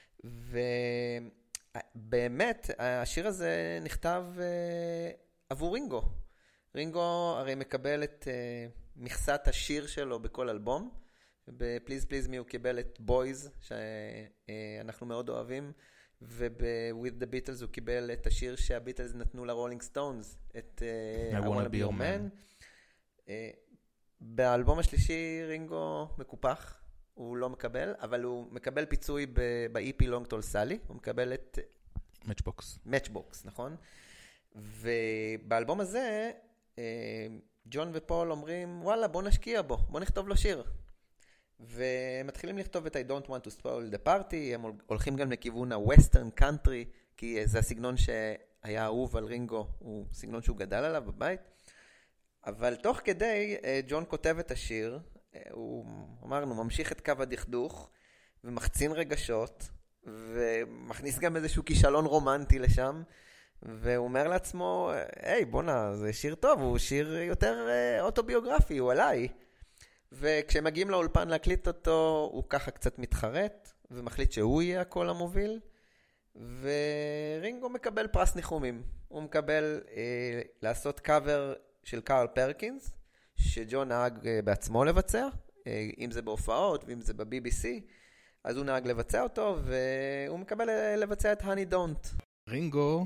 ובאמת השיר הזה נכתב עבור רינגו. רינגו הרי מקבל את מכסת השיר שלו בכל אלבום, ב-Please Please Me הוא קיבל את Boys, שאנחנו מאוד אוהבים, וב-With the Beatles הוא קיבל את השיר שהביטלס נתנו לרולינג סטונס, את I Wanna Be Your Man. באלבום השלישי רינגו מקופח, הוא לא מקבל, אבל הוא מקבל פיצוי ב-EP Long Tall Sally, הוא מקבל את Matchbox, נכון? ובאלבום הזה ג'ון ופול אומרים, וואלה, בוא נשקיע בו, בוא נכתוב לו שיר. ומתחילים לכתוב את I Don't Want to Spoil the Party, הם הולכים גם לכיוון ה-Western Country, כי זה הסגנון שהיה אהוב על רינגו, הוא סגנון שהוא גדל עליו בבית. אבל תוך כדי, ג'ון כותב את השיר, הוא אמרנו, ממשיך את קו הדכדוך, ומחצין רגשות, ומכניס גם איזשהו כישלון רומנטי לשם, והוא אומר לעצמו, היי, בונה, זה שיר טוב, הוא שיר יותר אוטוביוגרפי, הוא עליי. וכשהם מגיעים לאולפן להקליט אותו, הוא ככה קצת מתחרט, ומחליט שהוא יהיה הקול המוביל, ורינגו מקבל פרס ניחומים. הוא מקבל לעשות קאבר של קארל פרקינס, שג'ון נהג בעצמו לבצע, אם זה בהופעות ואם זה ב-BBC, אז הוא נהג לבצע אותו, והוא מקבל לבצע את Honey Don't. רינגו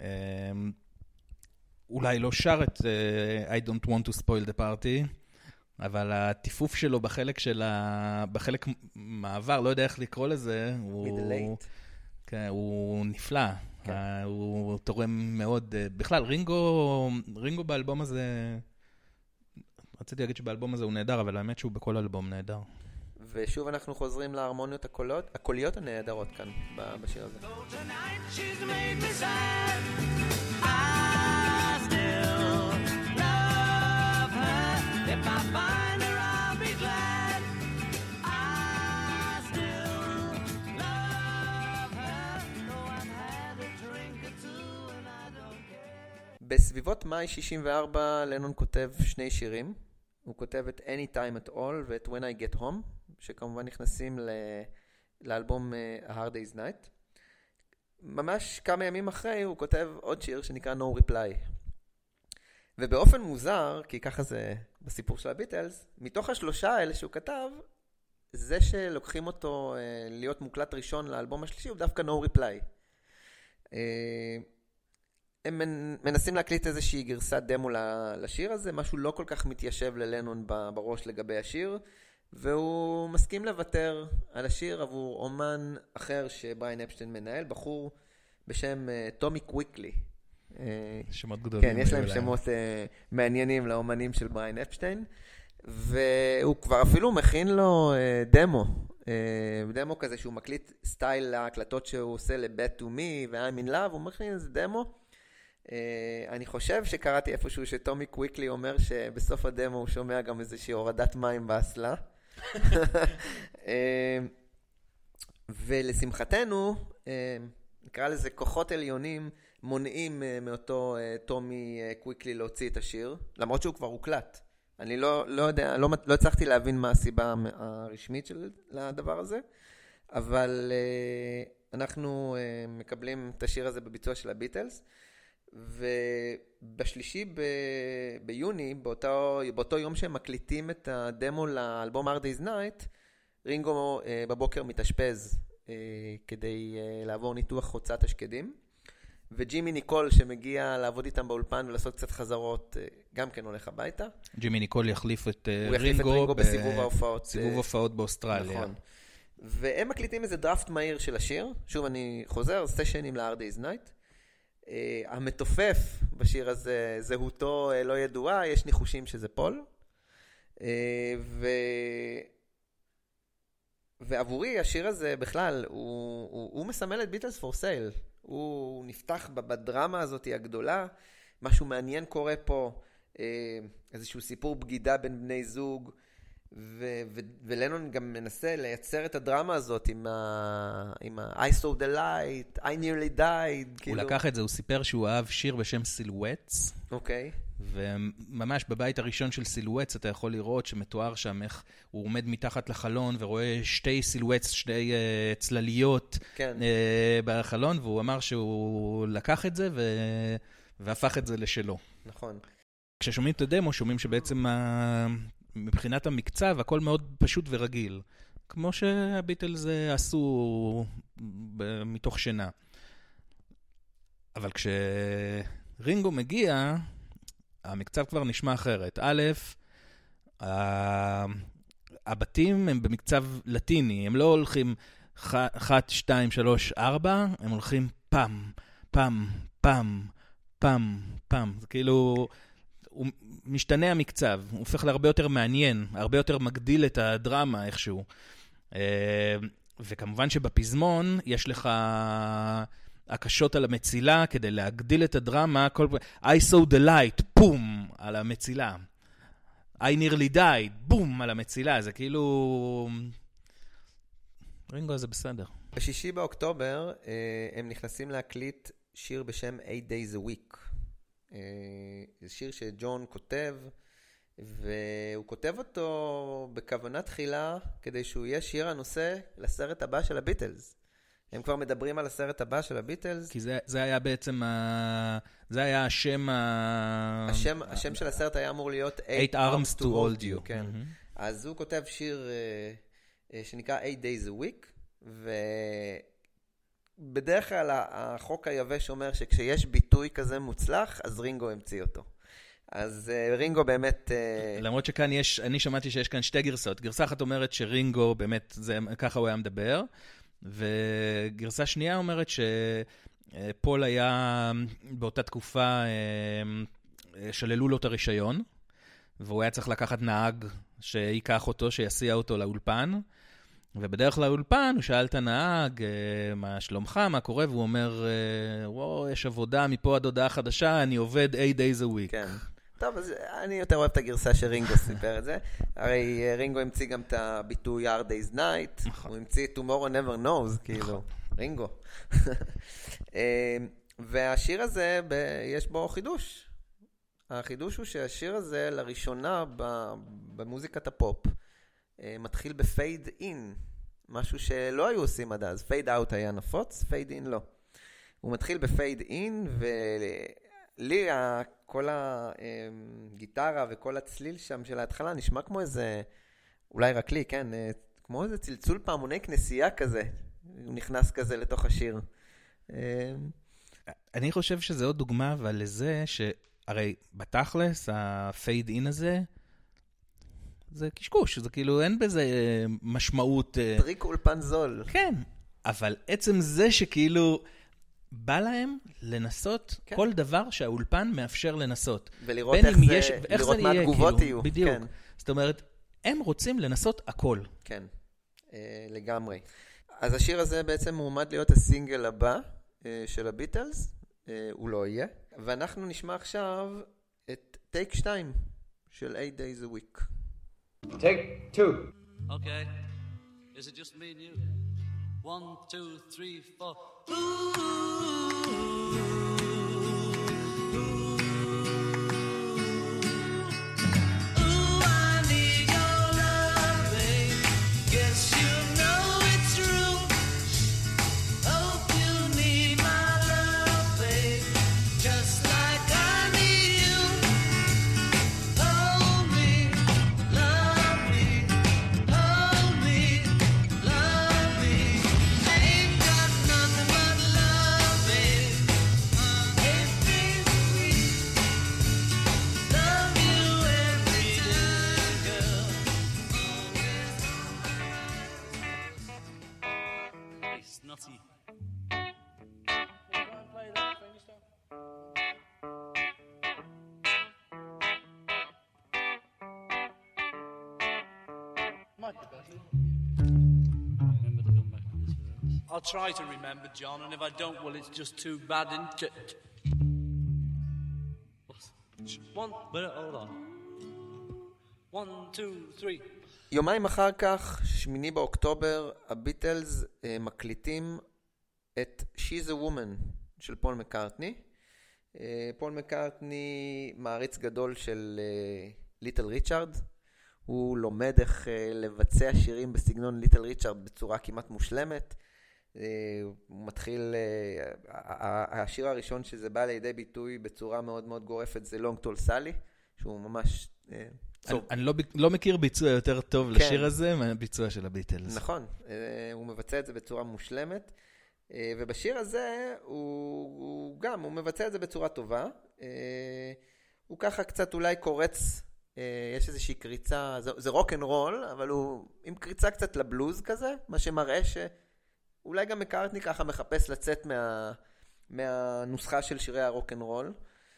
אולי לא שר את I Don't Want to Spoil the Party, אבל הטיפוף שלו בחלק מעבר, לא יודע איך לקרוא לזה, הוא נפלא, הוא תורם מאוד. בכלל, רינגו באלבום הזה, רציתי להגיד שבאלבום הזה הוא נהדר, אבל האמת שהוא בכל אלבום נהדר. ושוב אנחנו חוזרים להרמוניות הקוליות הנהדרות כאן בשיר הזה. If I find her, I'll be glad. I still love her, though I've had a drink or two and I don't care. בסביבות מאי 64 לנון כותב שני שירים. הוא כותב את Anytime at All ואת When I Get Home, שכמובן נכנסים לאלבום A Hard Day's Night. ממש כמה ימים אחרי הוא כותב עוד שיר שנקרא No Reply. ובאופן מוזר, כי ככה זה בסיפור של הביטלס, מתוך השלושה האלה שהוא כתב, זה שלוקחים אותו להיות מוקלט ראשון לאלבום השלישי, הוא דווקא No Reply. הם מנסים להקליט איזושהי גרסת דמו לשיר הזה, משהו לא כל כך מתיישב ללנון בראש לגבי השיר, והוא מסכים לוותר על השיר עבור אומן אחר שבריין אפשטיין מנהל, בחור בשם טומי קוויקלי. שמות גדולים. כן, יש להם שמות מעניינים לאומנים של בריין אפשטיין, והוא כבר אפילו מכין לו דמו כזה שהוא מקליט סטייל להקלטות שהוא עושה ל-Bet to Me ו-I'm in Love, הוא מכין איזה דמו, אני חושב שקראתי איפשהו שטומי קוויקלי אומר שבסוף הדמו הוא שומע גם איזושהי הורדת מים באסלה. ולשמחתנו, נקרא לזה כוחות עליונים, מונעים מאותו טומי קוויקלי להוציא את השיר, למרות שהוא כבר הוקלט. אני לא יודע, לא הצלחתי להבין מה הסיבה הרשמית של הדבר הזה, אבל אנחנו מקבלים את השיר הזה בביצוע של הביטלס, ובשלישי ביוני, באותו יום שהם מקליטים את הדמו לאלבום Hard Day's Night, רינגו בבוקר מתאשפז כדי לעבור ניתוח חוצת השקדים, וג'ימי ניקול שמגיע לעבוד איתם באולפן ולעשות קצת חזרות, גם כן הולך הביתה. ג'ימי ניקול יחליף את רינגו בסיבוב ההופעות. סיבוב הופעות באוסטרליה. נכון. והם מקליטים איזה דראפט מהיר של השיר, שוב אני חוזר, סשנים ל-Hard Day's Night. המתופף בשיר הזה, זהותו לא ידועה, יש ניחושים שזה פול. ועבורי השיר הזה בכלל, הוא מסמל את ביטלס פור סייל. הוא נפתח בדרמה הזאת הגדולה, משהו מעניין קורה פה, איזשהו סיפור בגידה בין בני זוג, ולנון גם מנסה לייצר את הדרמה הזאת עם I saw the light, I nearly died. הוא לקח את זה, הוא סיפר שהוא אהב שיר בשם סילואטס. אוקיי. וממש בבית הראשון של סילואטס אתה יכול לראות שמתואר שם איך הוא עומד מתחת לחלון ורואה שתי סילואטס, שתי צלליות בחלון, והוא אמר שהוא לקח את זה והפך את זה לשלו. נכון. כששומעים את הדמו שומעים שבעצם מבחינת המקצב הכל מאוד פשוט ורגיל, כמו שהביטלס עשו מתוך שינה. אבל כשרינגו מגיע, המקצב כבר נשמע אחרת. א', הבתים הם במקצב לטיני, הם לא הולכים 1, 2, 3, 4, הם הולכים פם, פם, פם, פם, פם. זה כאילו, הוא משתנה המקצב, הוא הופך להרבה יותר מעניין, הרבה יותר מגדיל את הדרמה איכשהו. וכמובן שבפזמון יש לך הקשות על המצילה כדי להגדיל את הדרמה. I saw the light, פום, על המצילה. I nearly died, בום, על המצילה. זה כאילו... רינגו זה בסדר. ב6 באוקטובר הם נכנסים להקליט שיר בשם 8 Days a Week. זה שיר שג'ון כותב, והוא כותב אותו בכוונה תחילה כדי שהוא יהיה שיר הנושא לסרט הבא של הביטלס. הם כבר מדברים על הסרט הבא של הביטלס. כי זה היה בעצם, זה היה השם השם של הסרט היה אמור להיות 8 Arms to Hold You. כן. אז הוא כותב שיר שנקרא 8 Days a Week, ובדרך כלל החוק היבש אומר שכשיש ביטוי כזה מוצלח, אז רינגו המציא אותו. אז רינגו באמת... למרות שכאן יש, אני שמעתי שיש כאן שתי גרסות. גרסה אחת אומרת שרינגו באמת, ככה הוא היה מדבר, וגרסה שנייה אומרת שפול היה באותה תקופה, שללו לו את הרישיון, והוא היה צריך לקחת נהג שיקח אותו, שיסיע אותו לאולפן, ובדרך לאולפן הוא שאל את הנהג, מה שלומך, מה קורה, והוא אומר, וואו, יש עבודה מפה עד הודעה חדשה, אני עובד 8 days a week. כן. טוב, אז אני יותר אוהב את הגרסה שרינגו סיפר את זה. הרי רינגו המציא גם את הביטוי Hard Day's Night, הוא המציא Tomorrow Never Knows, כאילו, רינגו. והשיר הזה, יש בו חידוש. החידוש הוא שהשיר הזה לראשונה במוזיקת הפופ, מתחיל בפייד אין, משהו שלא היו עושים עד אז. פייד אאוט היה נפוץ, פייד אין לא. הוא מתחיל בפייד אין, ולי כל הגיטרה וכל הצליל שם של ההתחלה נשמע כמו איזה, אולי רק לי, כן, כמו איזה צלצול פעמוני כנסייה כזה. הוא נכנס כזה לתוך השיר. אני חושב שזה עוד דוגמה, אבל לזה שהרי בתכלס, הפייד אין הזה, זה קשקוש, זה כאילו אין בזה משמעות. טריק אולפן זול. כן, אבל עצם זה שכאילו בא להם לנסות כן. כל דבר שהאולפן מאפשר לנסות. ולראות איך זה מה התגובות יהיו. בדיוק. כן. זאת אומרת, הם רוצים לנסות הכל. כן, לגמרי. אז השיר הזה בעצם מועמד להיות הסינגל הבא של הביטלס, הוא לא יהיה. ואנחנו נשמע עכשיו את טייק 2 של 8 Days a Week. Take 2. Okay. Is it just me and you? 1, 2, 3, 4. Nutty. Play that thing, stuff. Might be better. Remember to come back to this verse. I'll try to remember, John, and if I don't, well, it's just too bad, isn't it? Hold on. 1, 2, 3. יומיים אחר כך, 8 באוקטובר, הביטלס מקליטים את She's a Woman של פול מקארטני. פול מקארטני מעריץ גדול של ליטל ריצ'ארד. הוא לומד איך לבצע שירים בסגנון ליטל ריצ'ארד בצורה כמעט מושלמת. הוא מתחיל, השיר הראשון שזה בא לידי ביטוי בצורה מאוד מאוד גורפת זה Long Tall Sally, שהוא ממש... אני לא מכיר ביצוע יותר טוב לשיר הזה מהביצוע של הביטלס. נכון, הוא מבצע את זה בצורה מושלמת, ובשיר הזה הוא מבצע את זה בצורה טובה. הוא ככה קצת אולי קורץ, יש איזושהי קריצה, זה רוק אנד רול, אבל הוא עם קריצה קצת לבלוז כזה, מה שמראה שאולי גם מקארטני ככה מחפש לצאת מהנוסחה של שירי הרוק אנד רול.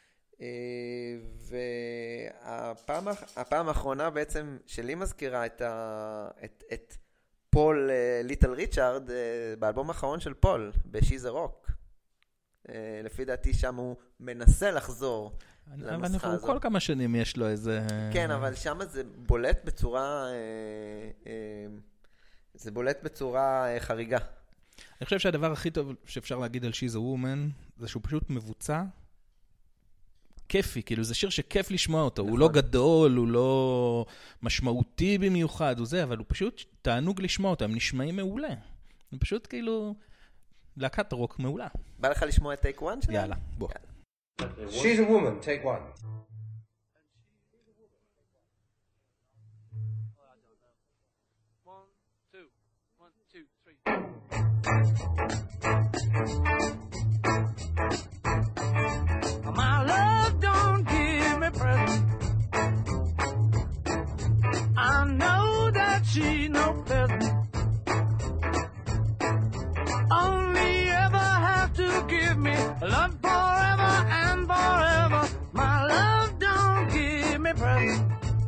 והפעם האחרונה בעצם שלי מזכירה את פול ליטל ריצ'ארד באלבום האחרון של פול, ב-She's a Rock. לפי דעתי שם הוא מנסה לחזור לנוסחה הזאת. כל כמה שנים יש לו איזה... כן, אבל שם זה בולט בצורה חריגה. אני חושב שהדבר הכי טוב שאפשר להגיד על She's a Woman זה שהוא פשוט מבוצע כיפי, כאילו זה שיר שכיף לשמוע אותו, הוא לא גדול, הוא לא משמעותי במיוחד, אבל הוא פשוט תענוג לשמוע אותו, הם נשמעים מעולה. הם פשוט כאילו להקת רוק מעולה. בא לך לשמוע את טייק 1 שלנו? יאללה, בוא. She's a Woman, take 1. My love don't give me present. I know that she's no peasant. Only ever have to give me love forever and forever. My love don't give me present.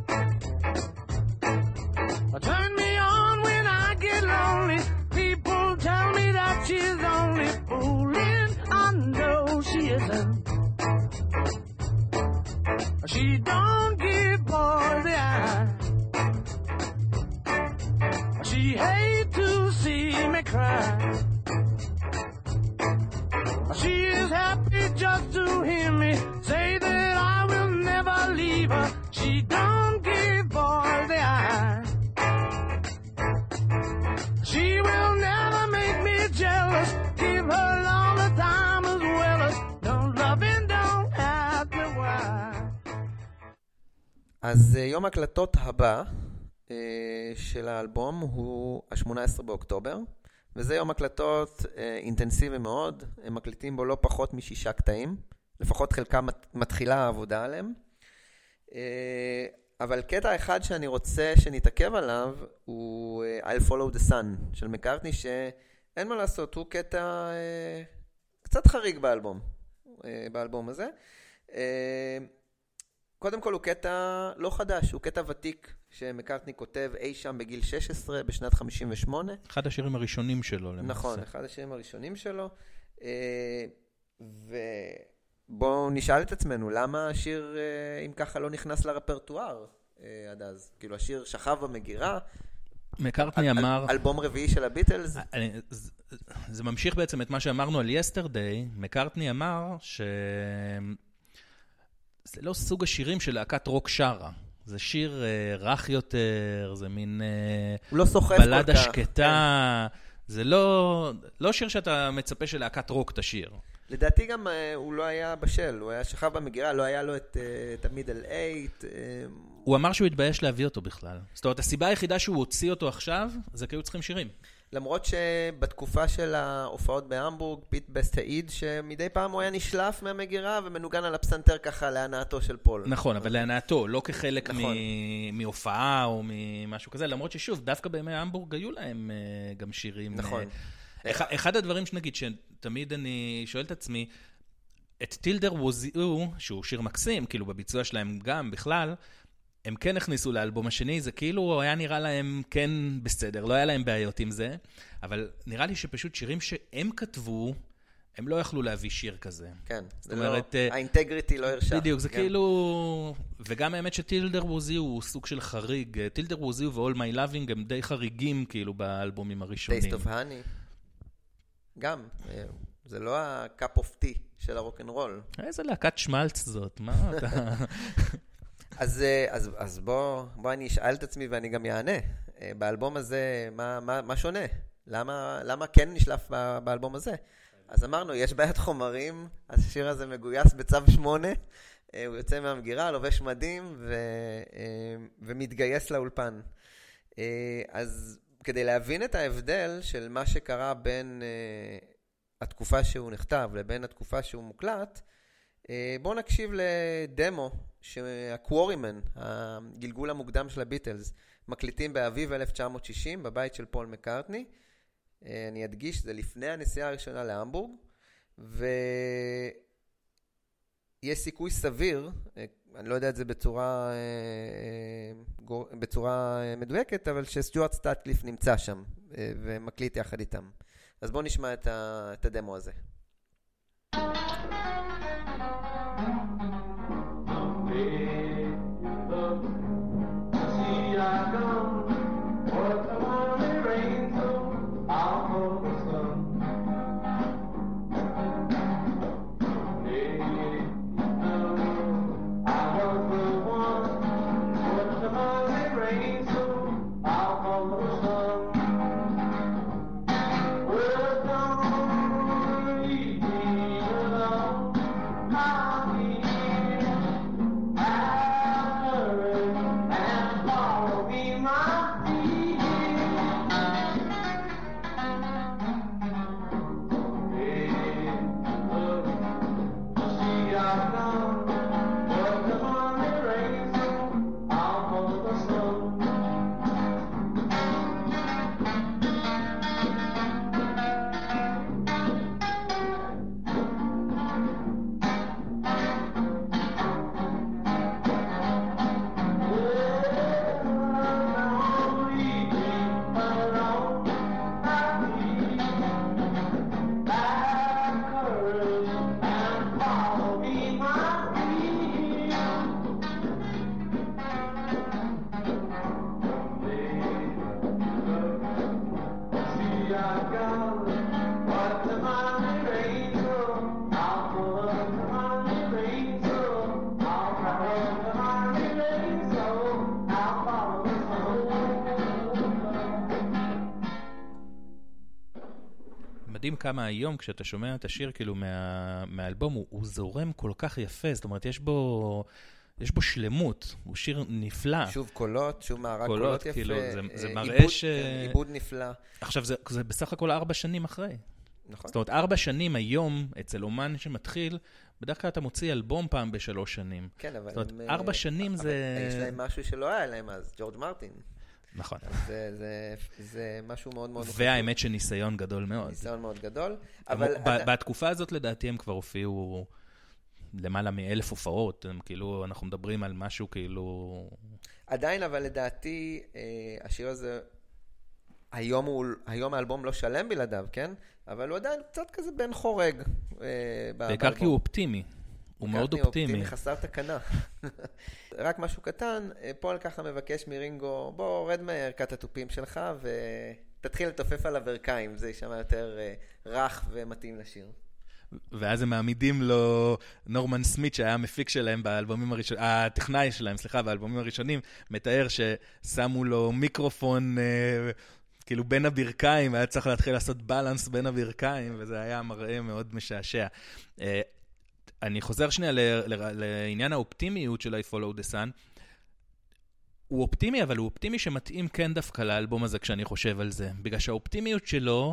Turn me on when I get lonely. People tell me that she's only fooling. I know she isn't. She don't give boys the eye. She hate to see me cry. She is happy just to hear me say that I will never leave her. She don't give boys the eye. She will never make me jealous. Give her all the time as well as no loving, don't ask me why. אז יום הקלטות הבא של האלבום הוא ה-18 באוקטובר, וזה יום הקלטות אינטנסיבי מאוד, הם מקליטים בו לא פחות מ6 קטעים, לפחות חלקם מתחילה העבודה עליהם, אבל קטע אחד שאני רוצה שנתעכב עליו הוא I'll Follow the Sun של מקארטני, שאין מה לעשות, הוא קטע קצת חריג באלבום הזה. קודם כל הוא קטע לא חדש, הוא קטע ותיק שמקארטני כותב אי שם בגיל 16 בשנת 58. אחד השירים הראשונים שלו למעשה. נכון, אחד השירים הראשונים שלו. ובואו נשאל את עצמנו, למה השיר, אם ככה, לא נכנס לרפרטואר עד אז? כאילו, השיר שכב במגירה, מקארטני אמר... אלבום רביעי של הביטלס? זה ממשיך בעצם את מה שאמרנו על יסטרדיי. מקארטני אמר שזה לא סוג השירים של להקת רוק שרה. זה שיר רך יותר, זה מין הוא לא סוחף כל כך. בלדה שקטה. זה לא שיר שאתה מצפה של להקת רוק תשיר. לדעתי גם הוא לא היה בשל, הוא היה שכב במגירה, לא היה לו את המידל אייט. הוא אמר שהוא התבייש להביא אותו בכלל. זאת אומרת, הסיבה היחידה שהוא הוציא אותו עכשיו, זה כי היו צריכים שירים. למרות שבתקופה של ההופעות בהמבורג, פיט בסט העיד שמדי פעם הוא היה נשלף מהמגירה ומנוגן על הפסנתר ככה להנאתו של פול. נכון, אבל להנאתו, לא כחלק מהופעה או ממשהו כזה, למרות ששוב, דווקא בימי המבורג היו להם גם שירים. נכון. אחד הדברים שנגיד, שתמיד אני שואל את עצמי, את טילדר ווזיו, שהוא שיר מקסים, כאילו בביצוע שלהם גם בכלל, הם כן הכניסו לאלבום השני, זה כאילו היה נראה להם כן בסדר, לא היה להם בעיות עם זה, אבל נראה לי שפשוט שירים שהם כתבו, הם לא יכלו להביא שיר כזה. כן, זאת אומרת, האינטגריטי לא הרשה. בדיוק, זה כאילו, וגם האמת שטילדר ווזיו הוא סוג של חריג, טילדר ווזיו ו-All My Loving הם די חריגים כאילו באלבומים הראשונים. Taste of Honey. גם, זה לא ה-cup of tea של הרוק'נ'רול. איזה להקת שמלץ זאת, מה אתה... אז בוא אני אשאל את עצמי ואני גם יענה. באלבום הזה, מה שונה? למה כן נשלף באלבום הזה? אז אמרנו, יש בעיית חומרים, השיר הזה מגויס בצו 8, הוא יוצא מהמגירה, לובש מדים ומתגייס לאולפן. אז כדי להבין את ההבדל של מה שקרה בין התקופה שהוא נכתב לבין התקופה שהוא מוקלט, בואו נקשיב לדמו שהקוורימן, הגלגול המוקדם של הביטלס, מקליטים באביב 1960 בבית של פול מקארטני. אני אדגיש, זה לפני הנסיעה הראשונה להמבורג, ויש סיכוי סביר, אני לא יודע את זה בצורה מדויקת, אבל שסטיוארט סטאטקליף נמצא שם ומקליט יחד איתם. אז בואו נשמע את הדמו הזה. מדהים כמה היום כשאתה שומע את השיר כאילו מהאלבום, הוא זורם כל כך יפה, זאת אומרת יש בו שלמות, הוא שיר נפלא. שוב קולות, שוב מערק קולות יפה. כאילו, זה מראה עיבוד נפלא. עכשיו זה בסך הכל 4 שנים אחרי. נכון. זאת אומרת 4 שנים היום אצל אומן שמתחיל, בדרך כלל אתה מוציא אלבום פעם ב3 שנים. כן, אבל... זאת אומרת 4 שנים זה... יש להם משהו שלא היה להם אז, ג'ורג' מרטין. נכון. זה משהו מאוד מאוד... והאמת שניסיון גדול מאוד. ניסיון מאוד גדול. בתקופה הזאת לדעתי הם כבר הופיעו למעלה מ1,000 הופעות. כאילו, אנחנו מדברים על משהו כאילו... עדיין, אבל לדעתי, השיר הזה היום האלבום לא שלם בלעדיו, כן? אבל הוא עדיין קצת כזה בן חורג. בעיקר כי הוא אופטימי. הוא מאוד אופטימי. חסר תקנה. רק משהו קטן, פול ככה מבקש מרינגו, בוא רד מערכת התופים שלך ותתחיל לתופף על הברכיים, זה יישמע יותר רך ומתאים לשיר. ואז הם מעמידים לו, נורמן סמית שהיה המפיק שלהם באלבומים הראשונים, הטכנאי שלהם, סליחה, באלבומים הראשונים, מתאר ששמו לו מיקרופון כאילו בין הברכיים, היה צריך להתחיל לעשות בלנס בין הברכיים, וזה היה מראה מאוד משעשע. אני חוזר שנייה לעניין האופטימיות של I Follow the Sun. הוא אופטימי, אבל הוא אופטימי שמתאים כן דווקא לאלבום הזה כשאני חושב על זה. בגלל שהאופטימיות שלו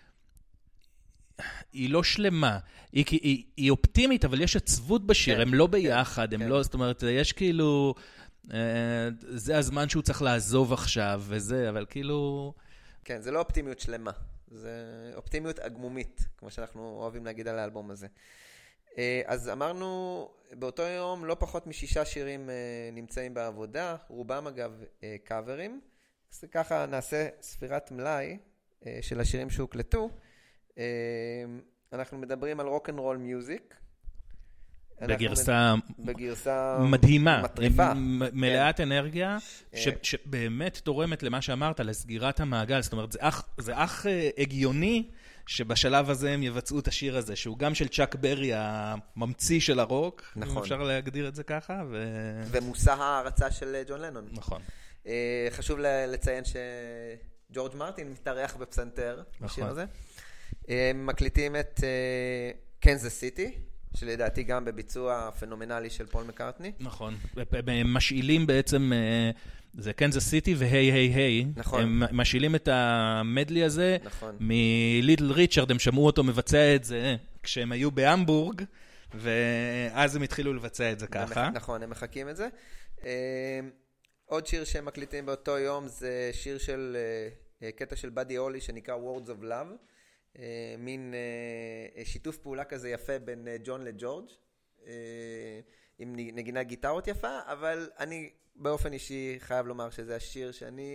היא לא שלמה. היא אופטימית, אבל יש עצבות בשיר. הם לא ביחד, הם לא, זאת אומרת, יש כאילו, זה הזמן שהוא צריך לעזוב עכשיו וזה, אבל כאילו... כן, זה לא אופטימיות שלמה. זה אופטימיות אגמומית, כמו שאנחנו אוהבים להגיד על האלבום הזה. אז אמרנו, באותו יום לא פחות מ6 שירים נמצאים בעבודה, רובם אגב קאברים. אז ככה נעשה ספירת מלאי של השירים שהוקלטו. אנחנו מדברים על רוק אנד רול מיוזיק. בגרסה מדהימה, מטריפה. מלאת אנרגיה, שבאמת תורמת למה שאמרת, לסגירת המעגל. זאת אומרת, זה אך הגיוני, שבשלב הזה הם יבצעו את השיר הזה, שהוא גם של צ'אק ברי, הממציא של הרוק, נכון. אם אפשר להגדיר את זה ככה. ומושא ההרצה של ג'ון לנון. נכון. חשוב לציין שג'ורג' מרטין מתארח בפסנתר, נכון. בשיר הזה. הם מקליטים את קנזס סיטי, שלדעתי גם בביצוע פנומנלי של פול מקארטני. נכון. הם משאילים בעצם... זה קנזס סיטי והי היי היי. נכון. הם משאילים את המדלי הזה. נכון. מליטל ריצ'רד, הם שמעו אותו מבצע את זה כשהם היו בהמבורג, ואז הם התחילו לבצע את זה ככה. נכון, הם מחכים את זה. עוד שיר שהם מקליטים באותו יום, זה שיר של, קטע של בדי הולי, שנקרא Words of Love. מין שיתוף פעולה כזה יפה בין ג'ון לג'ורג', עם נגינה גיטרות יפה, אבל אני... באופן אישי חייב לומר שזה השיר שאני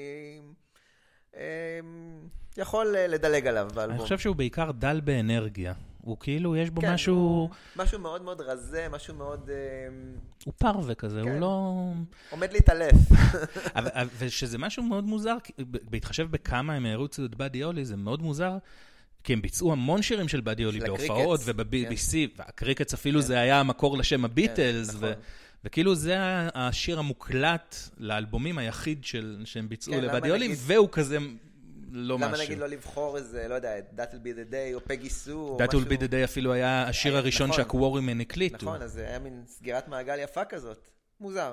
יכול לדלג עליו באלבום. אני חושב שהוא בעיקר דל באנרגיה. הוא כאילו, יש בו כן, משהו... משהו מאוד מאוד רזה, משהו מאוד... הוא פרווה כזה, כן. הוא לא... עומד להתעלף. ושזה משהו מאוד מוזר, בהתחשב בכמה הם הרוצו את בדי הולי, זה מאוד מוזר, כי הם ביצעו המון שירים של בדי הולי בהופעות וב-BBC, והקריקטס אפילו זה היה המקור לשם הביטלס, וכאילו זה השיר המוקלט לאלבומים היחיד שהם ביצעו לבדי הולי, והוא כזה לא משהו. למה נגיד לא לבחור איזה, לא יודע, That'll be the day או פגי סו? That'll be the day אפילו היה השיר הראשון שהקוורימן הקליטו. נכון, אז זה היה מין סגירת מעגל יפה כזאת. מוזר.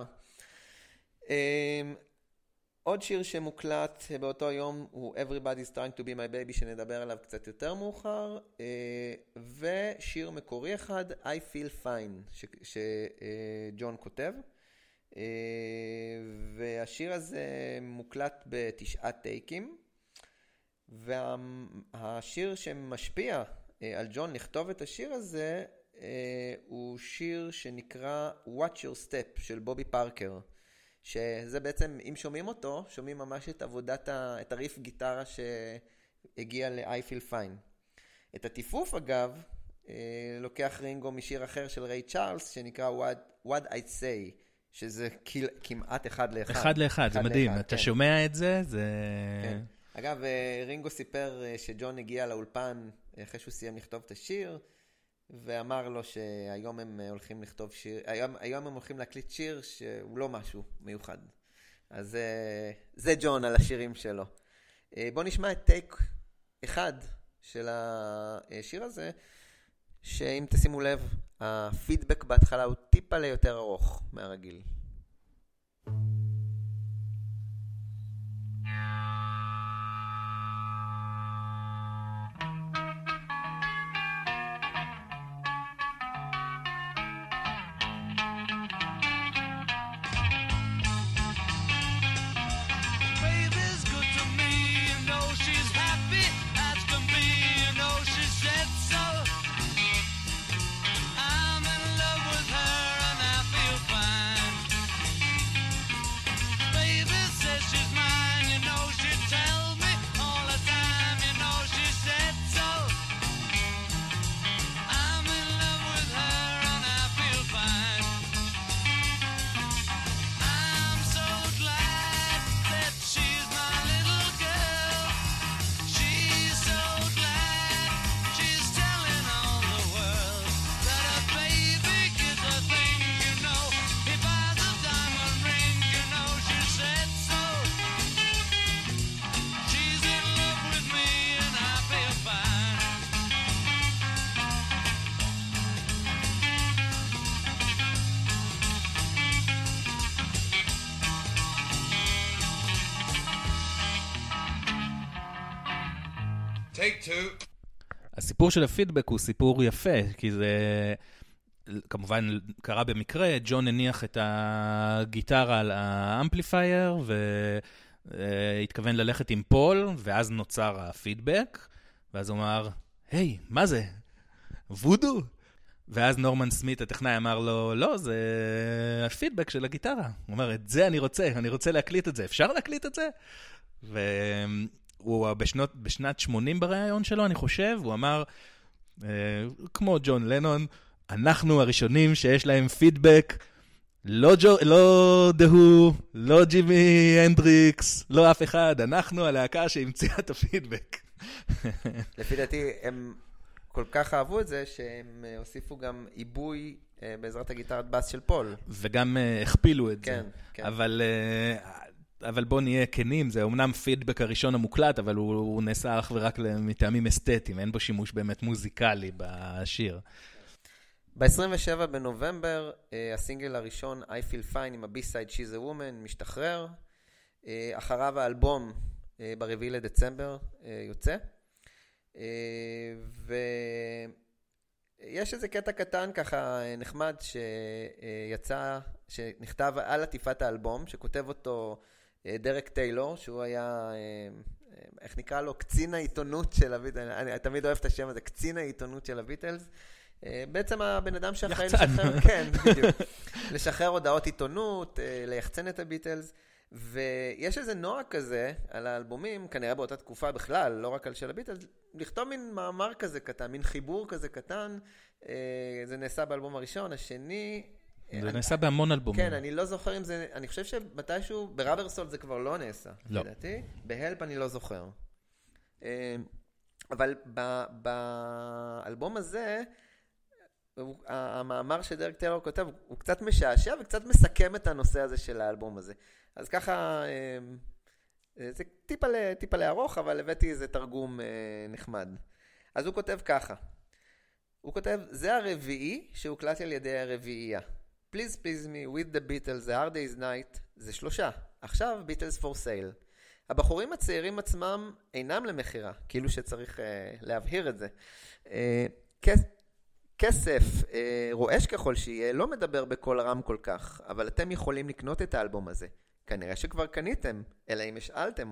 עוד שיר שמוקלט באותו יום הוא Everybody's Trying to be my baby, שנדבר עליו קצת יותר מאוחר, ושיר מקורי אחד, I feel fine, שג'ון כותב, והשיר הזה מוקלט ב9 טייקים, והשיר שמשפיע על ג'ון לכתוב את השיר הזה, הוא שיר שנקרא Watch Your Step של בובי פארקר, שזה בעצם, אם שומעים אותו, שומעים ממש את עבודת, את הריף גיטרה שהגיע ל-I Feel Fine. את הטיפוף, אגב, לוקח רינגו משיר אחר של ריי צ'ארלס, שנקרא What I'd Say, שזה כמעט אחד לאחד. אחד לאחד, זה מדהים. אתה שומע את זה, זה... כן. אגב, רינגו סיפר שג'ון הגיע לאולפן אחרי שהוא סיים לכתוב את השיר, ואמר לו שהיום הם הולכים לכתוב שיר, היום הם הולכים להקליט שיר שהוא לא משהו מיוחד. אז זה ג'ון על השירים שלו. בוא נשמע את טייק אחד של השיר הזה, שאם תשימו לב, הפידבק בהתחלה הוא טיפה ליותר ארוך מהרגיל. I'm in love with her and I feel fine. Take two. הסיפור של הפידבק הוא סיפור יפה, כי זה כמובן קרה במקרה, ג'ון הניח את הגיטרה על האמפליפייר, והתכוון ללכת עם פול, ואז נוצר הפידבק, ואז הוא אמר, היי, מה זה? וודו? ואז נורמן סמית, הטכנאי, אמר לו, לא, זה הפידבק של הגיטרה. הוא אומר, את זה אני רוצה להקליט את זה. אפשר להקליט את זה? והוא בשנת 80 בראיון שלו, אני חושב, הוא אמר, כמו ג'ון לנון, אנחנו הראשונים שיש להם פידבק, לא דהו, לא ג'ימי הנדריקס, לא אף אחד, אנחנו הלהקה שהמציאה את הפידבק. לפי דעתי, הם כל כך אהבו את זה, שהם הוסיפו גם עיבוי בעזרת הגיטרת בס של פול. וגם הכפילו את זה. כן. אבל בוא נהיה כנים, זה אומנם פידבק הראשון המוקלט, אבל הוא נעשה אך ורק מטעמים אסתטיים, אין בו שימוש באמת מוזיקלי בשיר. ב-27 בנובמבר, הסינגל הראשון, I Feel Fine, עם הבי-סייד She's a Woman, משתחרר. אחריו האלבום, ברביעי לדצמבר, יוצא. ויש איזה קטע קטן ככה נחמד שנכתב על עטיפת האלבום, שכותב אותו דרק טיילור, שהוא היה, איך נקרא לו, קצין העיתונות של הביטלס, אני תמיד אוהב את השם הזה, קצין העיתונות של הביטלס, בעצם הבן אדם שאחראי לשחרר, כן, בדיוק, לשחרר הודעות עיתונות, ליחצן את הביטלס, ויש איזה נועה כזה על האלבומים, כנראה באותה תקופה בכלל, לא רק על של הביטלס, לכתוב מין מאמר כזה קטן, מין חיבור כזה קטן, זה נעשה באלבום הראשון, השני... זה נעשה בהמון אלבומים. כן, אני לא זוכר אם זה... אני חושב שמתישהו, בראברסולט זה כבר לא נעשה. לא. לדעתי. בהלפ אני לא זוכר. אבל באלבום הזה, המאמר שדרק טיילור כותב, הוא קצת משעשע וקצת מסכם את הנושא הזה של האלבום הזה. אז ככה, זה טיפה לארוך, אבל הבאתי איזה תרגום נחמד. אז הוא כותב ככה. הוא כותב, זה הרביעי שהוקלט על ידי הרביעייה. Please please me with the Beatles, the hard day's night, זה 3. עכשיו Beatles for sale. הבחורים הצעירים עצמם אינם למחירה, כאילו שצריך להבהיר את זה. כסף, רועש ככל שיהיה, לא מדבר בקול רם כל כך, אבל אתם יכולים לקנות את האלבום הזה. כנראה שכבר קניתם, אלא אם השאלתם.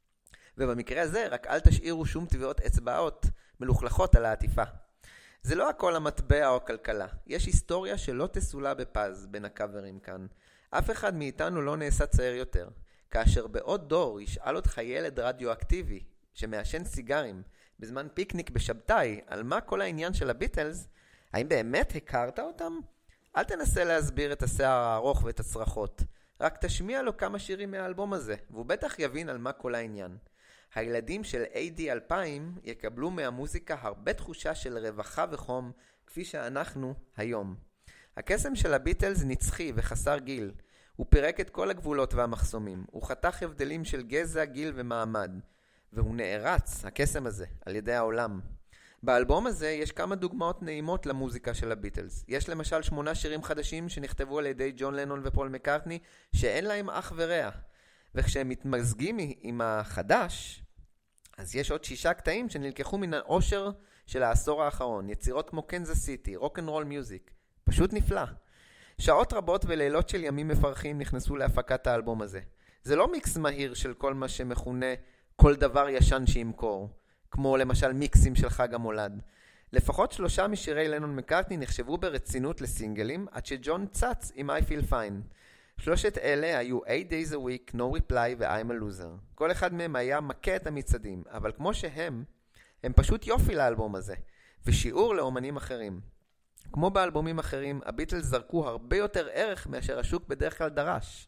ובמקרה הזה, רק אל תשאירו שום טביעות אצבעות מלוכלכות על העטיפה. זה לא הכל המטבע או הכלכלה. יש היסטוריה שלא תסולה בפז בין הקאברים כאן. אף אחד מאיתנו לא נעשה צעיר יותר. כאשר בעוד דור ישאל אותך ילד רדיואקטיבי שמעשן סיגרים בזמן פיקניק בשבתאי על מה כל העניין של הביטלס, האם באמת הכרת אותם? אל תנסה להסביר את השיער הארוך ואת הצרחות. רק תשמיע לו כמה שירים מהאלבום הזה, והוא בטח יבין על מה כל העניין. הילדים של AD 2000 יקבלו מהמוזיקה הרבה תחושה של רווחה וחום, כפי שאנחנו היום. הקסם של הביטלס נצחי וחסר גיל. הוא פירק את כל הגבולות והמחסומים. הוא חתך הבדלים של גזע, גיל ומעמד. והוא נערץ, הקסם הזה, על ידי העולם. באלבום הזה יש כמה דוגמאות נעימות למוזיקה של הביטלס. יש למשל 8 שירים חדשים שנכתבו על ידי ג'ון לנון ופול מקארטני, שאין להם אח ורע. וכשהם מתמזגים עם החדש, אז יש עוד 6 קטעים שנלקחו מן העושר של העשור האחרון. יצירות כמו קנזס סיטי, רוק אנד רול מיוזיק. פשוט נפלא. שעות רבות ולילות של ימים מפרכים נכנסו להפקת האלבום הזה. זה לא מיקס מהיר של כל מה שמכונה כל דבר ישן שימכור, כמו למשל מיקסים של חג המולד. לפחות 3 משירי לנון מקארטני נחשבו ברצינות לסינגלים, עד שג'ון צץ עם I Feel Fine. 3 אלה היו 8 Days a Week, No Reply ו-I'm a Loser. כל אחד מהם היה מכה את המצעדים, אבל כמו שהם, הם פשוט יופי לאלבום הזה, ושיעור לאומנים אחרים. כמו באלבומים אחרים, הביטלס זרקו הרבה יותר ערך מאשר השוק בדרך כלל דרש.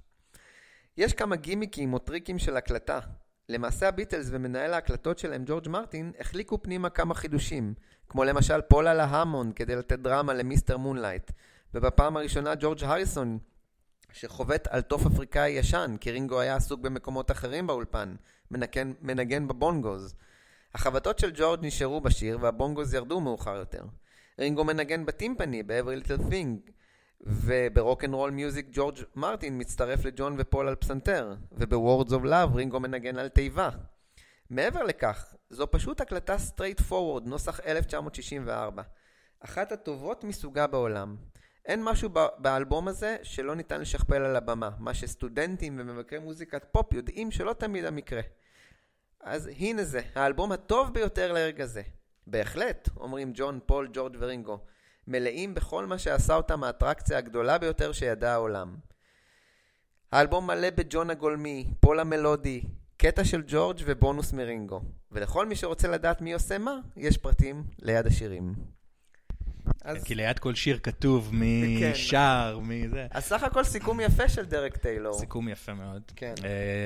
יש כמה גימיקים או טריקים של הקלטה. למעשה הביטלס ומנהל ההקלטות שלהם, ג'ורג' מרטין, החליקו פנימה כמה חידושים, כמו למשל פול על ההמון כדי לתת דרמה למיסטר מונלייט, ובפעם הראשונה ג'ורג' הריסון, שחובט על תוף אפריקאי ישן, כי רינגו היה עסוק במקומות אחרים באולפן, מנגן בבונגוז. החבטות של ג'ורג' נשארו בשיר והבונגוז ירדו מאוחר יותר. רינגו מנגן בטימפני, ב-Every Little Thing, וברוק אנד רול מיוזיק ג'ורג' מרטין מצטרף לג'ון ופול על פסנתר, וב-Words of Love רינגו מנגן על תיבה. מעבר לכך, זו פשוט הקלטה straight forward, נוסח 1964. אחת הטובות מסוגה בעולם. אין משהו באלבום הזה שלא ניתן לשכפל על הבמה, מה שסטודנטים ומבקרי מוזיקת פופ יודעים שלא תמיד המקרה. אז הנה זה, האלבום הטוב ביותר לרגע זה. בהחלט, אומרים ג'ון, פול, ג'ורג' ורינגו, מלאים בכל מה שעשה אותם האטרקציה הגדולה ביותר שידע העולם. האלבום מלא בג'ון הגולמי, פול המלודי, קטע של ג'ורג' ובונוס מרינגו. ולכל מי שרוצה לדעת מי עושה מה, יש פרטים ליד השירים. כי ליד כל שיר כתוב מי שר, מי זה. אז סך הכל סיכום יפה של דרק טיילור. סיכום יפה מאוד. כן.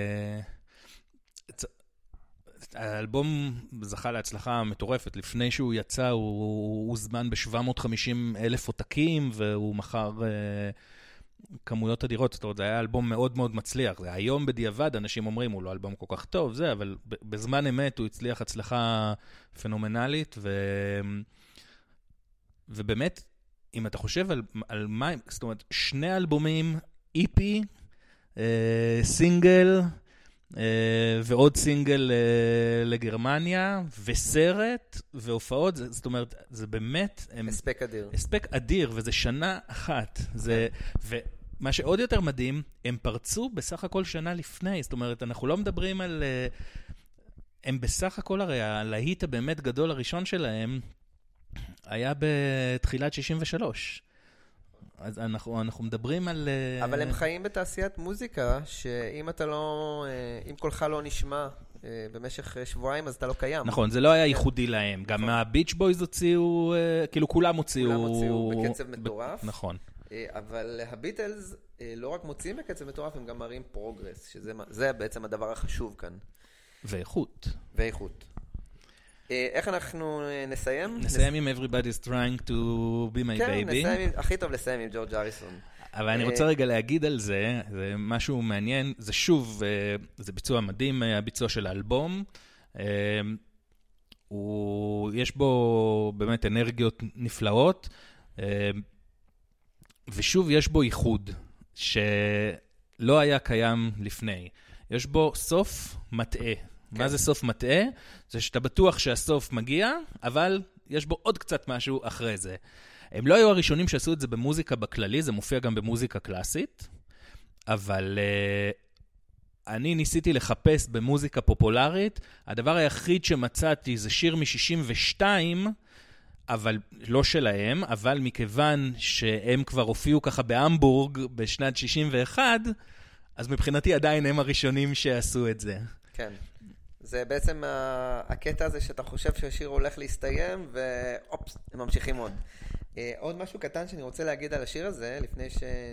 האלבום זכה להצלחה מטורפת. לפני שהוא יצא, הוא הוזמן ב-750,000 עותקים, והוא מכר כמויות אדירות. זאת אומרת, זה היה אלבום מאוד מאוד מצליח. היום בדיעבד אנשים אומרים, הוא לא אלבום כל כך טוב, זה, אבל בזמן אמת הוא הצליח הצלחה פנומנלית, ובאמת, אם אתה חושב על מה, זאת אומרת, שני אלבומים, EP, סינגל, ועוד סינגל לגרמניה, וסרט, והופעות, זאת אומרת, זה באמת... הספק אדיר. הספק אדיר, וזה שנה אחת. ומה שעוד יותר מדהים, הם פרצו בסך הכל שנה לפני, זאת אומרת, אנחנו לא מדברים על... הם בסך הכל הרי, הלהיט הבאמת גדול הראשון שלהם, היה בתחילת 63. אז אנחנו מדברים על... אבל הם חיים בתעשיית מוזיקה, שאם אתה לא... אם קולך לא נשמע במשך שבועיים, אז אתה לא קיים. נכון, זה לא היה ייחודי להם. גם הביץ' בויז הוציאו, כאילו כולם הוציאו... כולם הוציאו בקצב מטורף. נכון. אבל הביטלס לא רק מוציאים בקצב מטורף, הם גם מראים פרוגרס, שזה בעצם הדבר החשוב כאן. ואיכות. ואיכות. איך אנחנו נסיים? נסיים עם Everybody's trying to be my baby. כן, הכי טוב לסיים עם ג'ורג' אריסון. אבל אני רוצה רגע להגיד על זה, זה משהו מעניין, זה שוב, זה ביצוע מדהים, הביצוע של האלבום. יש בו באמת אנרגיות נפלאות, ושוב יש בו ייחוד, שלא היה קיים לפני. יש בו סוף מטעה. מה זה סוף מטעה? זה שאתה בטוח שהסוף מגיע, אבל יש בו עוד קצת משהו אחרי זה. הם לא היו הראשונים שעשו את זה במוזיקה בכללי, זה מופיע גם במוזיקה קלאסית, אבל אני ניסיתי לחפש במוזיקה פופולרית, הדבר היחיד שמצאתי זה שיר מ-62, אבל לא שלהם, אבל מכיוון שהם כבר הופיעו ככה בהמבורג בשנת 61, אז מבחינתי עדיין הם הראשונים שעשו את זה. כן. זה בעצם הקטע הזה שאתה חושב שהשיר הולך להסתיים, ואופס, הם ממשיכים עוד. עוד משהו קטן שאני רוצה להגיד על השיר הזה, לפני